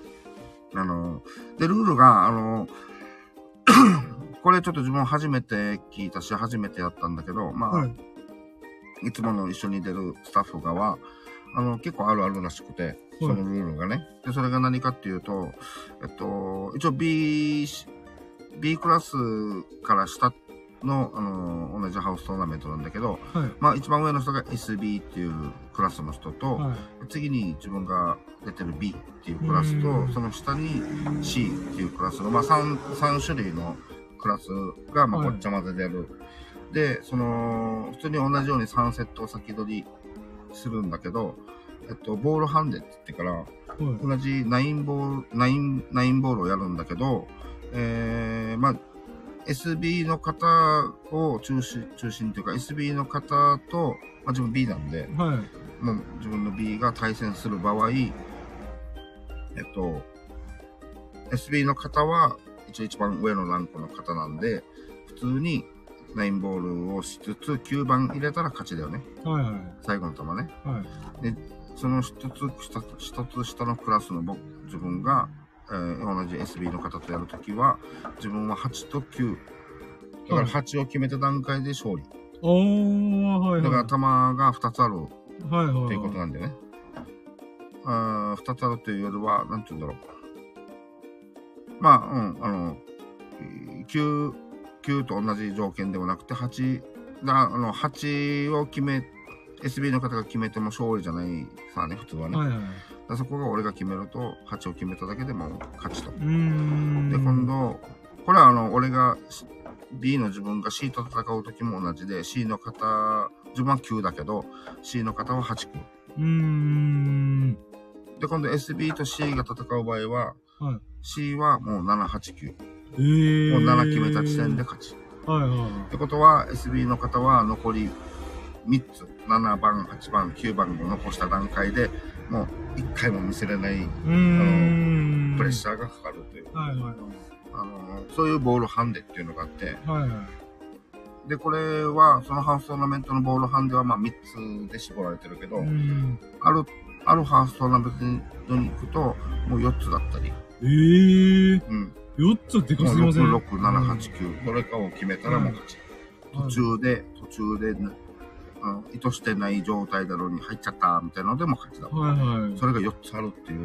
で、ルールが、これちょっと自分初めて聞いたし、初めてやったんだけど、まあ、いつもの一緒に出るスタッフがは、結構あるらしくて、そのルールがね。で、それが何かっていうと、一応 B クラスから下の、同じハウストーナメントなんだけど、まあ一番上の人が SB っていうクラスの人と、次に自分が出てる B っていうクラスと、その下に C っていうクラスの、まあ3種類のクラスが、まあごっちゃ混ぜでやる。で、普通に同じように3セットを先取りするんだけど、ボールハンデって言ってから、同じ9ボールをやるんだけど、まあ、SB の方を中心というか、SB の方と、まあ自分 B なんで、もう自分の B が対戦する場合、SB の方は、一番上のランクの方なんで、普通に9ボールをしつつ、9番入れたら勝ちだよね。最後の球ね。で、その一つ下のクラスの自分が、同じ SB の方とやるときは、自分は8と9。だから8を決めた段階で勝利。だから球が2つあるっていうことなんだよね。2つあるというよりは、なんて言うんだろう。まあ、9と同じ条件ではなくて、8をSB の方が決めても勝利じゃないさね、普通はね。 そこが俺が決めると、8を決めただけでも勝ちと。で、今度、これは俺が B の自分が C と戦う時も同じで、C の方、自分は9だけど、C の方は8区。で、今度 SB と C が戦う場合は、はい、C はもう7、8、9。もう7決めた時点で勝ち。ってことは、SB の方は残り3つ、7番、8番、9番を残した段階でもう1回も見せれない、プレッシャーがかかるという。そういうボールハンデっていうのがあって、で、これは、そのハウストーナメントのボールハンデはまあ3つで絞られてるけど、あるハウストーナメントに行くと、もう4つだったり。4つってかすみません。6、6、7、8、9。どれかを決めたらもう勝ち。途中で、意図してない状態だろうに入っちゃったみたいなのでも勝ちだ。それが4つあるっていう。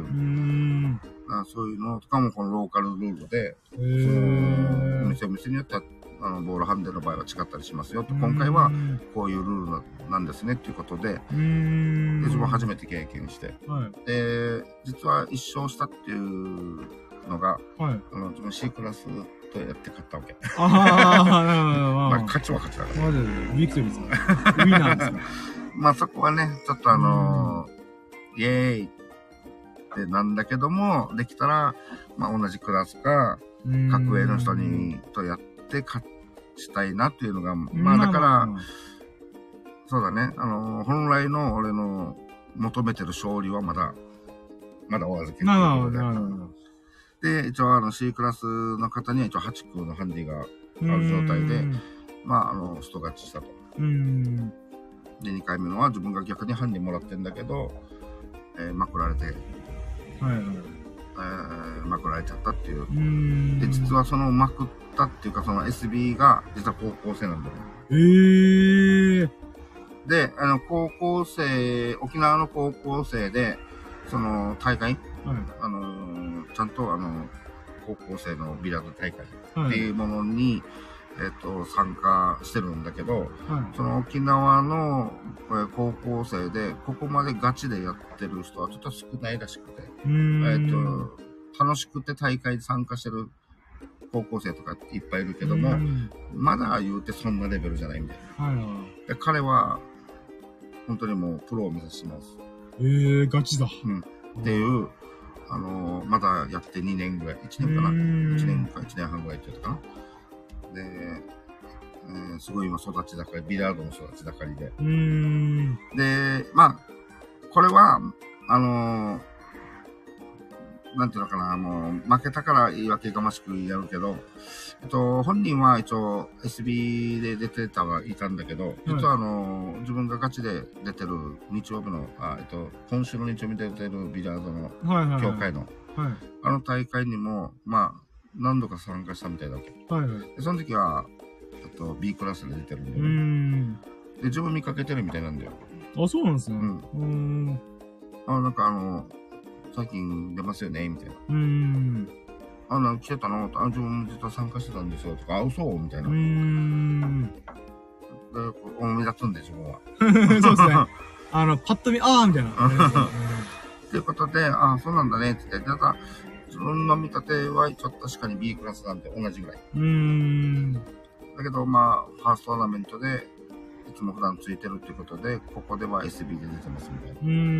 そういうのとかもこのローカルルールで、お店によってはボールハンデの場合は違ったりしますよと。今回はこういうルールなんですねっていうことで、自分初めて経験して、で、実は1勝したっていうのが、自分 C クラスとやって勝ったわけ。まあ勝ちは勝ちだから。 ビクトリーですか？ウィナーですか？ まあそこはね、ちょっとイエーイってなんだけども、できたら、まあ同じクラスか、格上の人にとやって勝ちたいなっていうのが、まあだから、そうだね、本来の俺の求めてる勝利はまだお預けっていうことで。で、一応C クラスの方には一応8区のハンディがある状態で、まあスト勝ちしたと。で、2回目のは自分が逆にハンディもらってんだけど、まくられて、まくられちゃったっていう。で、実はそのまくったっていうか、その SB が実は高校生なんだよ。で、高校生、沖縄の高校生で、その大会、ちゃんと高校生のビリヤード大会っていうものに、参加してるんだけど、その沖縄の高校生で、ここまでガチでやってる人はちょっと少ないらしくて、楽しくて大会に参加してる高校生とかいっぱいいるけども、まだ言うてそんなレベルじゃないみたいな。で、彼は、本当にもうプロを目指してます。 ガチだ。 っていう、まだやって2年ぐらい、1年かな ?1 年か1年半ぐらいって言ったかな。で、すごい今育ち盛り、ビリヤードの育ち盛りで。で、まあ、これは、なんていうのかな、もう、負けたから言い訳がましくやるけど、本人は一応 SB で出ていたんだけど、実は自分がガチで出てる日曜日の、今週の日曜日で出てるビリヤードの協会の、大会にも、まあ、何度か参加したみたいだわけ。でその時は、B クラスで出てるんだよ。で、自分見かけてるみたいなんだよ。 あ、そうなんですね。 なんか最近出ますよねみたいな。なんか来てたの自分も実は参加してたんですよ。とか、そうみたいな。で、目立つんで、自分は。 そうですね。パッと見、みたいな。 ということで、そうなんだね、って言って、ただ、自分の見立ては、ちょっと確かに B クラスなんで同じぐらい。だけど、まあ、ファーストトーナメントで、いつも普段ついてるっていうことで、ここでは SB で出てますみたい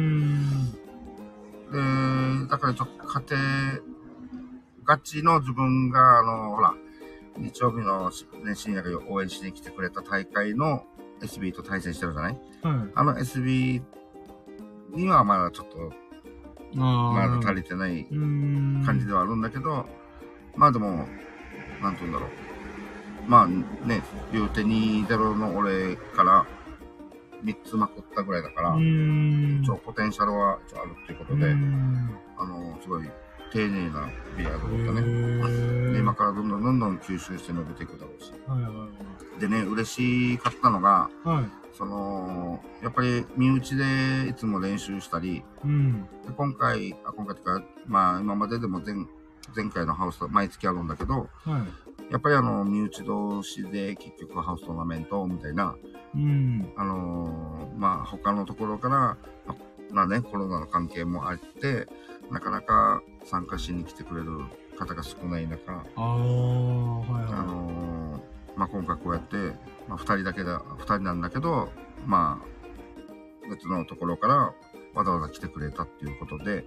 な。で、だからちょっと家庭、ガチの自分が、ほら、日曜日の、ね、深夜が応援しに来てくれた大会の SB と対戦してるじゃない、SB にはまだちょっと、まだ足りてない感じではあるんだけど、まあでも、なんて言うんだろう。まあね、言うて 2-0 の俺から3つまくったぐらいだから、一応ポテンシャルは一応あるっていうことで、すごい丁寧なビリヤードだったね。で今からどんどん吸収して伸びていくだろうし。でね、嬉しかったのが、やっぱり身内でいつも練習したり、で今回というか、まあ今まででも前回のハウス毎月あるんだけど、やっぱり身内同士で結局ハウストーナメントみたいな、まあ他のところから、 まあね、コロナの関係もあって、なかなか参加しに来てくれる方が少ない中、まあ今回こうやって、まあ2人なんだけど、まあ、別のところからわざわざ来てくれたっていうことで、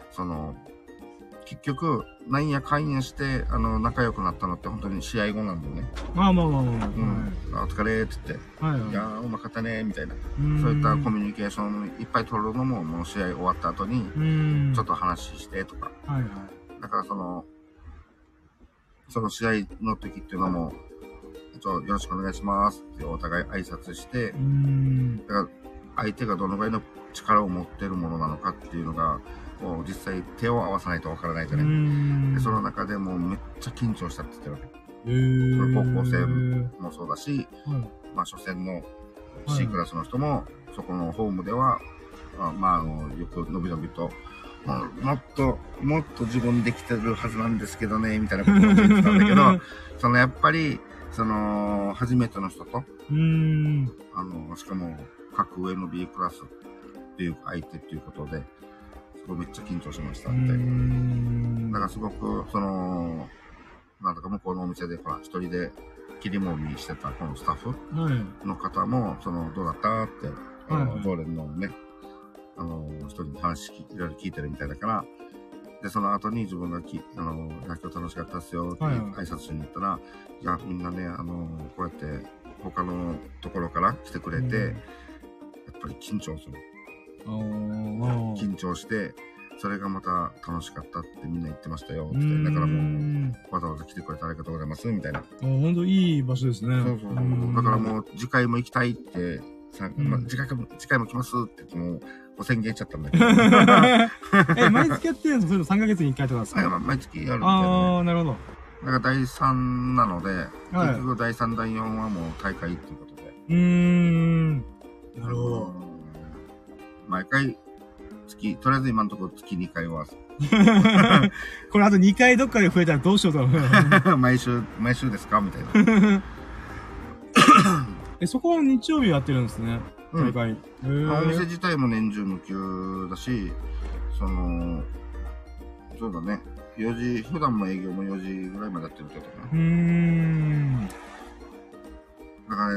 結局、なんやかんやして、仲良くなったのって本当に試合後なんだよね。 まあ。お疲れーって言って、いやー、うまかったねー、みたいな。そういったコミュニケーションいっぱい取るのも、もう試合終わった後に、ちょっと話してとか。だからその試合の時っていうのも、よろしくお願いしますってお互い挨拶して、だから相手がどのぐらいの力を持ってるものなのかっていうのが、こう実際手を合わさないとわからないじゃね。でその中でもうめっちゃ緊張したって言ってるわけ。その高校生もそうだし、まあ初戦の C クラスの人も、そこのホームでは、まあよくのびのびと、もっと自分できてるはずなんですけどね、みたいなことを言ってたんだけど、やっぱり、初めての人と、しかも、格上の B クラスっていう相手っていうことで、すごいめっちゃ緊張しました、みたいな。だからすごく、なんだか向こうのお店で、ほら、一人で切り盛りしてた、このスタッフの方も、どうだったって、常連のね、人に話いろいろ聞いてるみたいだから、で、その後に自分が野球楽しかったっすよって挨拶しに行ったら、いや、みんなね、こうやって他のところから来てくれて、やっぱり緊張する。緊張して、それがまた楽しかったってみんな言ってましたよって。だからもう、わざわざ来てくれてありがとうございます、みたいな。 ほんといい場所ですね。 そう。だからもう、次回も行きたいって、次回も来ますって言ってもう宣言しちゃったんだけど。毎月やってるんですか？それ3ヶ月に1回とかですか？ 毎月やるみたいな。 なるほど。 だから第3なので、結局第3、第4はもう大会っていうことで。 なるほど。 毎回、とりあえず今のところ月2回は。 これあと2回どっかで増えたらどうしようと思う。 毎週ですかみたいな。 そこは日曜日やってるんですね。大会。 お店自体も年中無休だし、そうだね。普段も営業も4時ぐらいまでやってるけどね。だから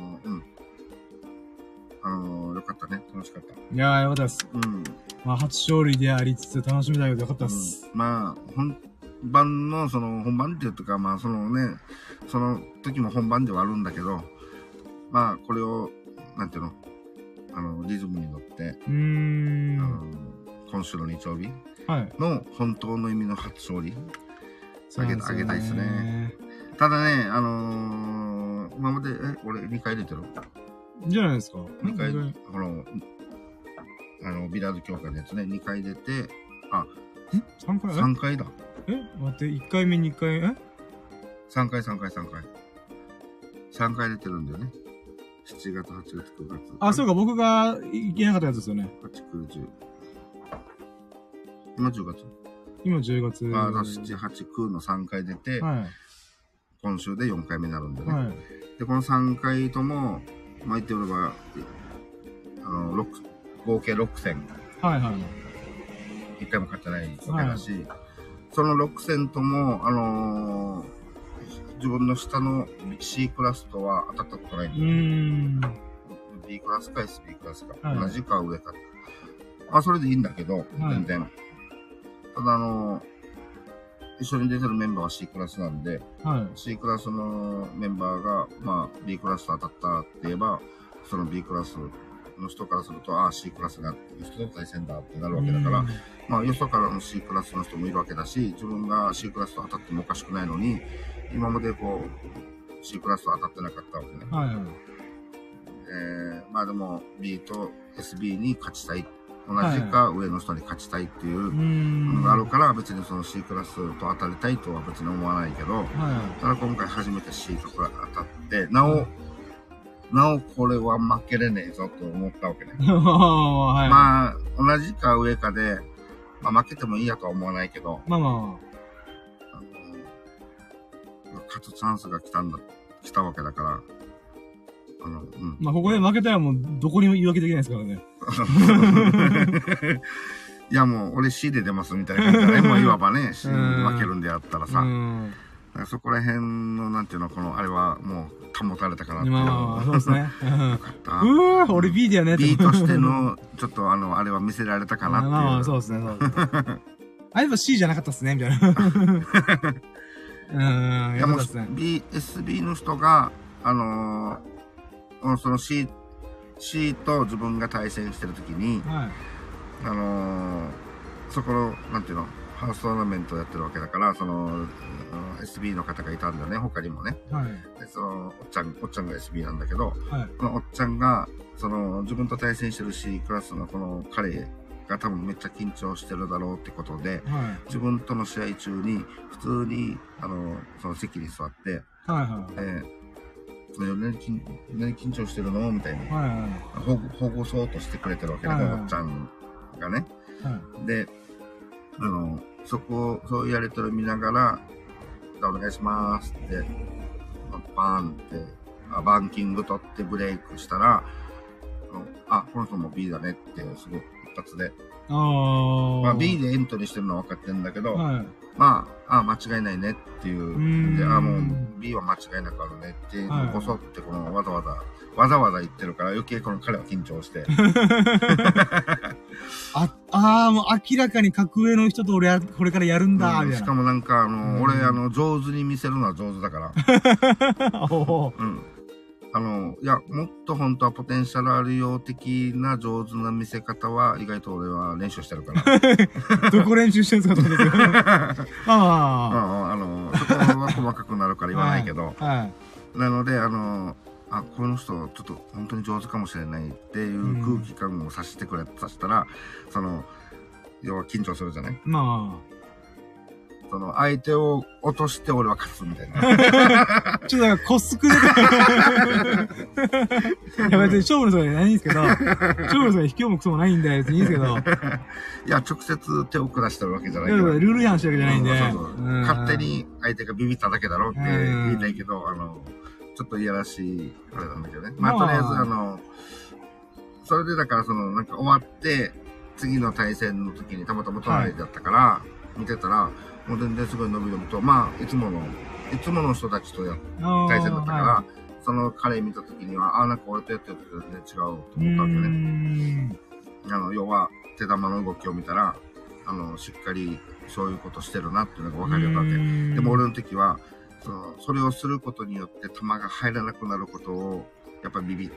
よかったね。楽しかった。 いやー、よかったです。まあ、初勝利でありつつ楽しみだけどよかったです。 まあ、本番っていうか、まあ、その時も本番ではあるんだけど、まあ、これを、なんていうの、リズムに乗って、今週の日曜日の本当の意味の初勝利、あげたいですね。ただね、今まで、俺2回出てるじゃないですか。 2回、ビラード協会のやつね、2回出て、 3回 ?3 回だ。 待って、1回目、2回、 3回。3回出てるんだよね。7月、8月、9月。 そうか、僕が行けなかったやつですよね。 8、9、10。今10月。 今10月。 7、8、9の3回出て、今週で4回目になるんだよね。で、この3回とも、まあ、言っておれば、合計6戦。1回も勝ってないわけだし、その6戦とも、自分の下の C クラスとは当たったことないんだよね。B クラスか SB クラスか。同じか上か。それでいいんだけど、全然。ただ一緒に出てるメンバーは C クラスなんで、C クラスのメンバーが、まあ、B クラスと当たったって言えば、その B クラスの人からすると、C クラスが人と対戦だってなるわけだから、まあ、よそからの C クラスの人もいるわけだし、自分が C クラスと当たってもおかしくないのに、今までこう、C クラスと当たってなかったわけね。まあでも、B と SB に勝ちたい。同じか上の人に勝ちたいっていうのがあるから、別にその C クラスと当たりたいとは別に思わないけど、ただ今回初めて C と当たって、なおこれは負けれねえぞと思ったわけね。まあ、同じか上かで、まあ負けてもいいやとは思わないけど、勝つチャンスが来たわけだから、 まあ、ここで負けたらもう、どこにも言い訳できないですからね。 いや、もう、俺 C で出ますみたいな感じでね。もういわばね、C に負けるんであったらさ。そこら辺の、なんていうの、あれはもう、保たれたかなっていう。 まあ、そうですね。よかった。俺 B だよね。 B としての、ちょっとあれは見せられたかなっていう。 まあ、そうですね、そうですね。あれば C じゃなかったっすね、みたいな。 いや、もう、SB の人が、その C と自分が対戦してるときに、そこの、なんていうの、ハウストーナメントをやってるわけだから、SB の方がいたんだね、他にもね。で、おっちゃんが SB なんだけど、このおっちゃんが、自分と対戦してる C クラスのこの彼が多分めっちゃ緊張してるだろうってことで、自分との試合中に、普通に、その席に座って、何緊張してるのみたいな。保護そうとしてくれてるわけだから、おっちゃんがね。で、そういうやりとり見ながら、お願いしますって、バーンって、バンキング取ってブレイクしたら、この人も B だねって、すごい一発で。まあ B でエントリーしてるのは分かってるんだけど、まあ、間違いないねっていう。で、もう B は間違いなくあるねって、こそってわざわざ言ってるから余計この彼は緊張して。 もう明らかに格上の人と俺はこれからやるんだ、みたいな。 しかもなんか俺上手に見せるのは上手だから。いや、もっと本当はポテンシャルあるよ的な上手な見せ方は意外と俺は練習してるから。 どこ練習してるんですか、そこは細かくなるから言わないけど。なので、この人、ちょっと本当に上手かもしれないっていう空気感をさしたら、要は緊張するじゃない？相手を落として俺は勝つみたいな。 ちょっとなんかコスクで。いや別に勝負の人じゃないんですけど、勝負の人に卑怯もクソもないんで、別にいいんですけど。 いや、直接手を下してるわけじゃないけど。ルール違反してるわけじゃないんで。 勝手に相手がビビっただけだろって言いたいけど、ちょっといやらしい、あれなんだけどね。まあ、とりあえずそれでだからなんか終わって、次の対戦の時にたまたま隣だったから、見てたら、もう全然すごい伸び伸びと、まあ、いつもの人たちと対戦だったから、その彼見た時には、なんか俺とやってると全然違うと思ったわけね。要は、手玉の動きを見たら、しっかりそういうことしてるなっていうのが分かるようになって。でも俺の時は、それをすることによって弾が入らなくなることを、やっぱりビビって、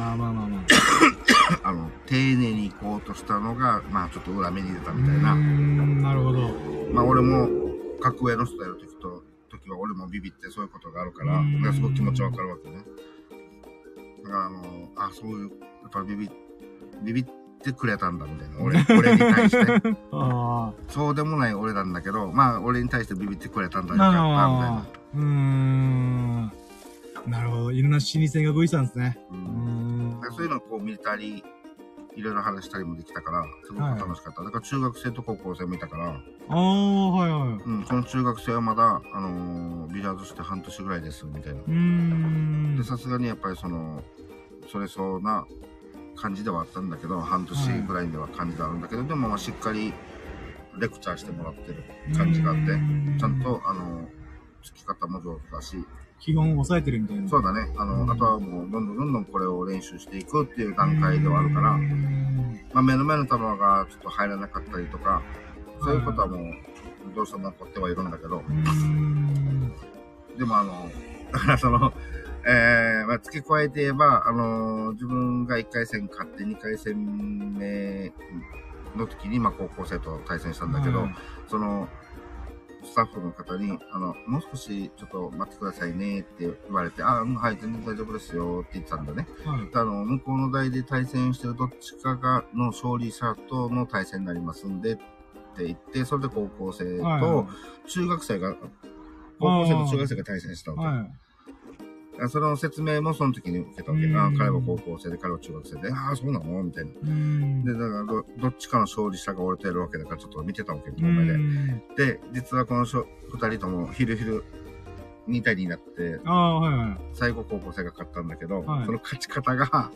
丁寧に行こうとしたのが、まあちょっと裏目に出たみたいな。 なるほど。 まあ俺も、格上の人やる時は俺もビビってそういうことがあるから、すごく気持ちわかるわけね。だからそういう、やっぱりビビってくれたんだみたいな。俺に対して。そうでもない俺なんだけど、まあ俺に対してビビってくれたんだよかったみたいな。 なるほど。いろんな心理戦が動いてたんですね。 そういうのをこう見たり、いろいろ話したりもできたから、すごく楽しかった。だから中学生と高校生もいたから。 この中学生はまだ、ビリヤードして半年ぐらいです、みたいな。で、さすがにやっぱりそれそうな感じではあったんだけど、半年ぐらいでは感じであるんだけど、でもまあしっかりレクチャーしてもらってる感じがあって、ちゃんと、つき方も上手だし、 基本を抑えてるみたいな。 そうだね。あとはもう、どんどんこれを練習していくっていう段階ではあるから、まあ、目の前の球がちょっと入らなかったりとか、そういうことはもう、どうしても起こってはいるんだけど、でもだからまあ、付け加えて言えば、自分が1回戦勝って2回戦目の時に、まあ、高校生と対戦したんだけど、スタッフの方に、もう少しちょっと待ってくださいねって言われて、はい、全然大丈夫ですよって言ってたんだね。向こうの台で対戦してるどっちかの勝利者との対戦になりますんでって言って、それで高校生と中学生が、高校生と中学生が対戦したわけ。その説明もその時に受けたわけ。彼は高校生で、彼は中学生で、そうなのみたいな。で、だからどっちかの勝利者が俺とやるわけだから、ちょっと見てたわけ、遠目で。で、実はこの二人とも、昼、 2対2になって、最後高校生が勝ったんだけど、その勝ち方が、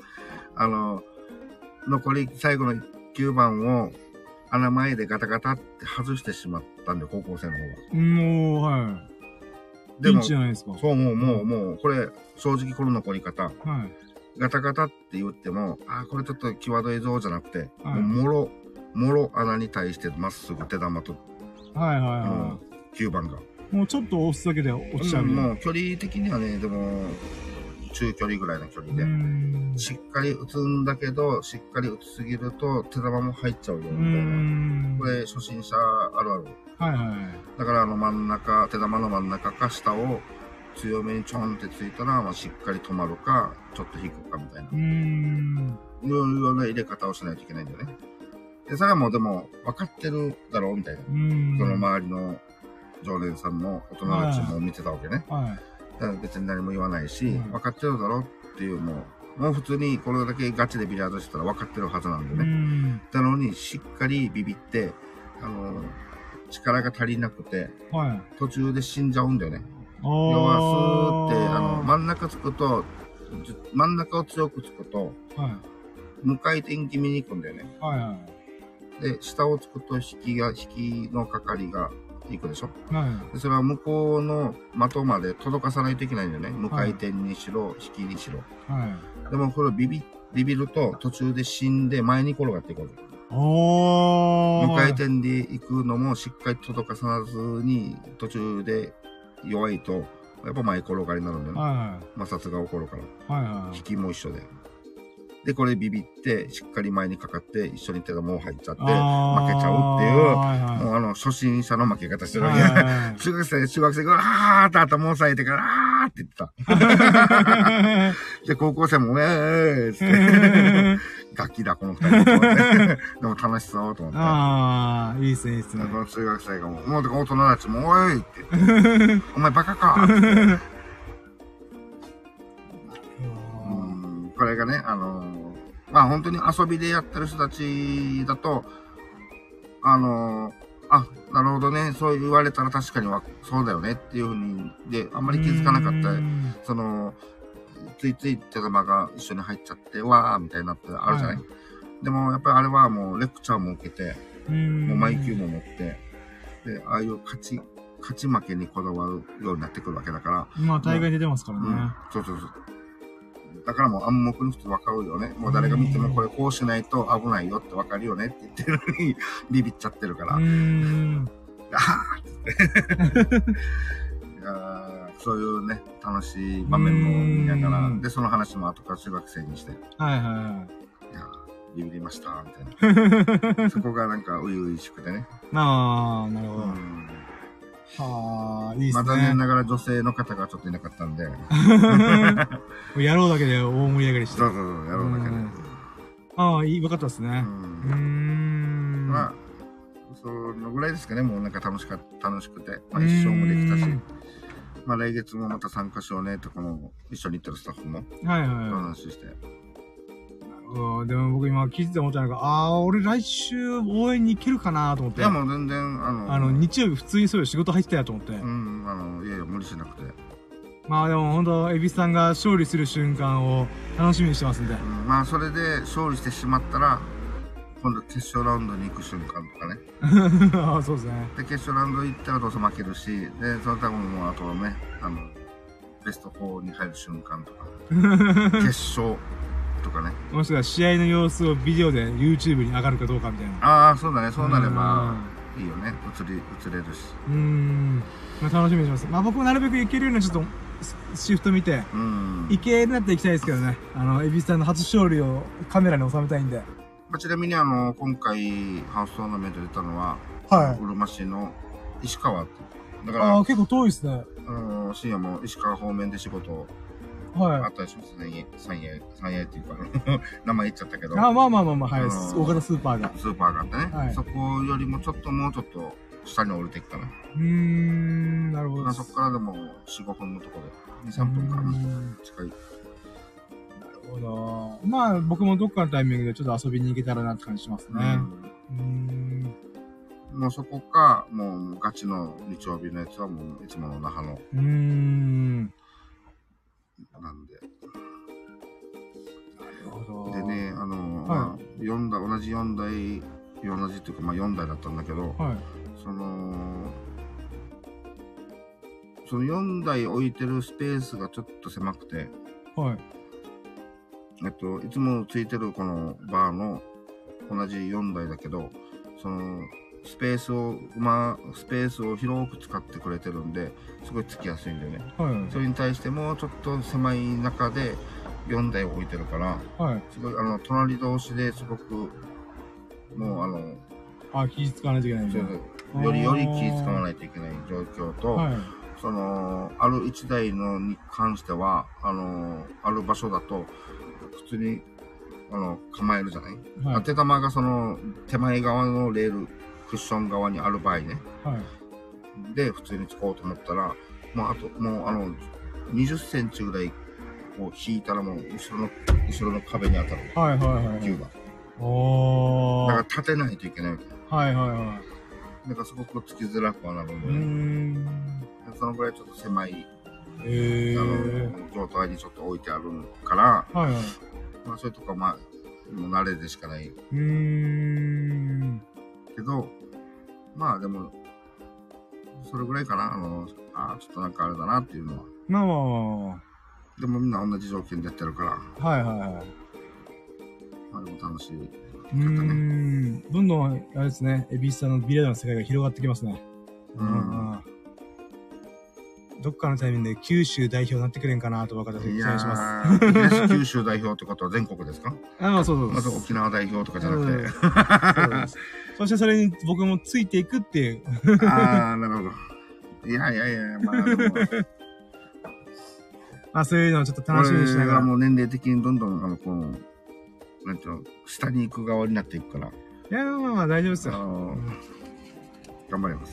残り最後の9番を穴前でガタガタって外してしまったんで、高校生の方が。 もう、はい。でも、じゃないですか。 そう、もう、これ、正直この残り方。ガタガタって言っても、これちょっと際どいぞじゃなくて、もろ穴に対してまっすぐ手玉と、9番が。 もうちょっと押すだけで落ちちゃう。 もう距離的にはね、でも、中距離ぐらいの距離で、しっかり打つんだけど、しっかり打ちすぎると手玉も入っちゃうよ、みたいな。これ、初心者あるある。だから真ん中、手玉の真ん中か下を強めにちょんってついたら、しっかり止まるか、ちょっと引くかみたいな。いろいろな入れ方をしないといけないんだよね。で、それはもうでも、分かってるだろうみたいな。その周りの常連さんの大人たちも見てたわけね。だから別に何も言わないし、分かってるだろうっていう、もう普通にこれだけガチでビリヤードしてたら分かってるはずなんでね。なのに、しっかりビビって、力が足りなくて、途中で死んじゃうんだよね。要は、スーって、真ん中つくと、真ん中を強くつくと、無回転気味に行くんだよね。で、下をつくと引きのかかりが行くでしょ。でそれは向こうの的まで届かさないといけないんだよね。無回転にしろ、引きにしろ。でもこれビビると途中で死んで前に転がっていくわけ。無回転で行くのもしっかり届かさずに途中で弱いと、やっぱ前転がりになるんだよね。摩擦が起こるから。引きも一緒で。で、これビビって、しっかり前にかかって、一緒に手がもう入っちゃって、負けちゃうっていう、もう初心者の負け方してるわけ。中学生が、あーって頭を押さえてから、あーって言ってた。で、高校生も、つって、ガキだ、この二人。でも楽しそうと思って。 いいっすね、いいっすね。 この中学生がもう大人たちも、おいって言って、お前バカかって。これがね、本当に遊びでやってる人たちだと、なるほどね、そう言われたら確かにそうだよねっていうふうに、で、あんまり気づかなかった、ついつい手玉が一緒に入っちゃって、わーみたいになってあるじゃない、でも、やっぱりあれはもうレクチャーも受けて、もうマイキューも持って、で、ああいう勝ち負けにこだわるようになってくるわけだから。 大概出てますからね。 そう。だからもう暗黙に普通わかるよね。もう誰が見てもこれこうしないと危ないよってわかるよねって言ってるのにビビっちゃってるから。そういうね、楽しい場面も見ながら、で、その話も後から中学生にして。いや、ビビりました、みたいな。そこがなんか初々しくてね。 なるほど。いいっすね。 また残念ながら女性の方がちょっといなかったんで。 やろうだけで大盛り上がりして。 そう、やろうだけで。 よかったですね。 そのぐらいですかね、もうなんか楽しくて。一生もできたし。来月もまた参加しようねと、一緒に行ってるスタッフも。話して。 でも僕今聞いてて思ったのが、俺来週応援に行けるかなと思って。 いやもう全然、 日曜日普通にそういう仕事入ってたよと思って。 いや無理しなくて。 でも本当、エビさんが勝利する瞬間を楽しみにしてますんで。 それで勝利してしまったら、今度決勝ラウンドに行く瞬間とかね。 そうですね。 で、決勝ラウンド行ったらどうせ負けるし、で、その多分もうあとはね、ベスト4に入る瞬間とか、決勝とかね。 もしくは試合の様子をビデオで YouTube に上がるかどうかみたいな。 そうだね。そうなればいいよね。映れるし。 楽しみにします。僕もなるべく行けるようにちょっとシフト見て、行けるなって行きたいですけどね。エビさんの初勝利をカメラに収めたいんで。 ちなみに今回ハウストーナメント出たのは、うるま市の石川って。 だから結構遠いですね。 深夜も石川方面で仕事あったりしますね。三栄っていうか、名前言っちゃったけど。大型スーパーが。 スーパーがあってね。そこよりももうちょっと下に降りてきたな。 なるほど。 そこからでも4、5分のところで、2、3分から近い。 なるほど。僕もどっかのタイミングでちょっと遊びに行けたらなって感じしますね。 もうそこか、もうガチの日曜日のやつはもういつもの那覇の。なんで。 なるほど。 でね、同じ4台、同じっていうか、まあ4台だったんだけど、はい、その4台置いてるスペースがちょっと狭くて、はい。いつもついてるこのバーの同じ4台だけど、スペースを広く使ってくれてるんで、すごいつきやすいんだよね。はい。それに対してもちょっと狭い中で4台置いてるから、はい。すごい、隣同士ですごく、もう気使わないといけないんだ。 より気使わないといけない状況と、はい。ある1台のに関しては、ある場所だと、普通に、構えるじゃない、はい、当て玉が手前側のレール、クッション側にある場合ね。はい。で、普通に使おうと思ったら、20センチぐらいを引いたらもう、後ろの壁に当たる。はいはいはい。銃が。だから立てないといけないわけ。はいはいはい。だからすごくつきづらくはなるんで、そのぐらいちょっと狭い、状態にちょっと置いてあるから、はいはい。まあそういうとこはもう慣れでしかない。けど、まあでも、それぐらいかな。ちょっとなんかあれだなっていうのは。まあまあまあ。でもみんな同じ条件でやってるから。はいはいはい。まあでも楽しい。 どんどん、あれですね、エビスさんのビリヤードの世界が広がってきますね。どっかのタイミングで九州代表になってくれんかなと僕は期待します。 九州代表ってことは全国ですか？ そうそう。 まず沖縄代表とかじゃなくて。 そしてそれに僕もついていくっていう。 なるほど。いや、まあでも。 まあそういうのをちょっと楽しみにしながら。 もう年齢的にどんどん、なんていうの、下に行く側になっていくから。いや、まあ大丈夫ですよ。 頑張ります。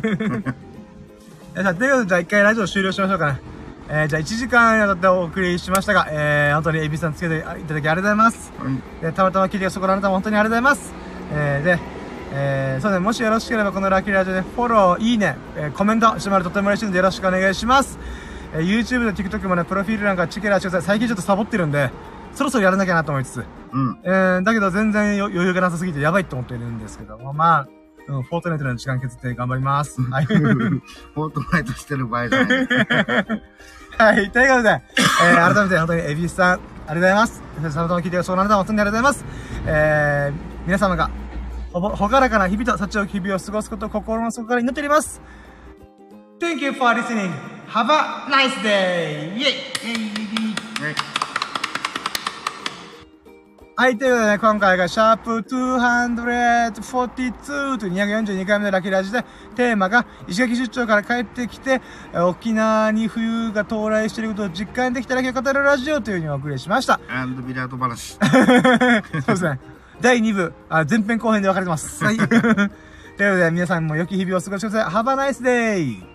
ということで、じゃあ一回ラジオ終了しましょうかね。じゃあ1時間にわたってお送りしましたが、本当にエビさんつけていただきありがとうございます。で、たまたま聞いてそこのあなたも本当にありがとうございます。そうね、もしよろしければこのラッキーラジオでフォロー、いいね、コメントしてもらうととても嬉しいのでよろしくお願いします。YouTube と TikTok もね、プロフィール欄からチェケラしてください。最近ちょっとサボってるんで、そろそろやらなきゃなと思いつつ。だけど全然余裕がなさすぎてやばいと思っているんですけども、まあ、フォートナイトの時間削って頑張ります。はい。フォートナイトしてる場合じゃない。 はい。ということで、改めて本当にエビスさん、ありがとうございます。たまたま聞いてくださるあなたも本当にありがとうございます。皆様が、ほがらかな日々と幸多き日々を過ごすことを心の底から祈っております。Thank you for listening. Have a nice day! イェイ！はい、ということでね、今回がシャープ242という242回目のラッキーラジで、テーマが石垣出張から帰ってきて、沖縄に冬が到来していることを実感できただけ語るラジオという風にお送りしました。 ビリヤード話。 そうですね。第2部、前編後編で分かれてます。はい。ということで、皆さんも良き日々を過ごしてください。Have a nice day!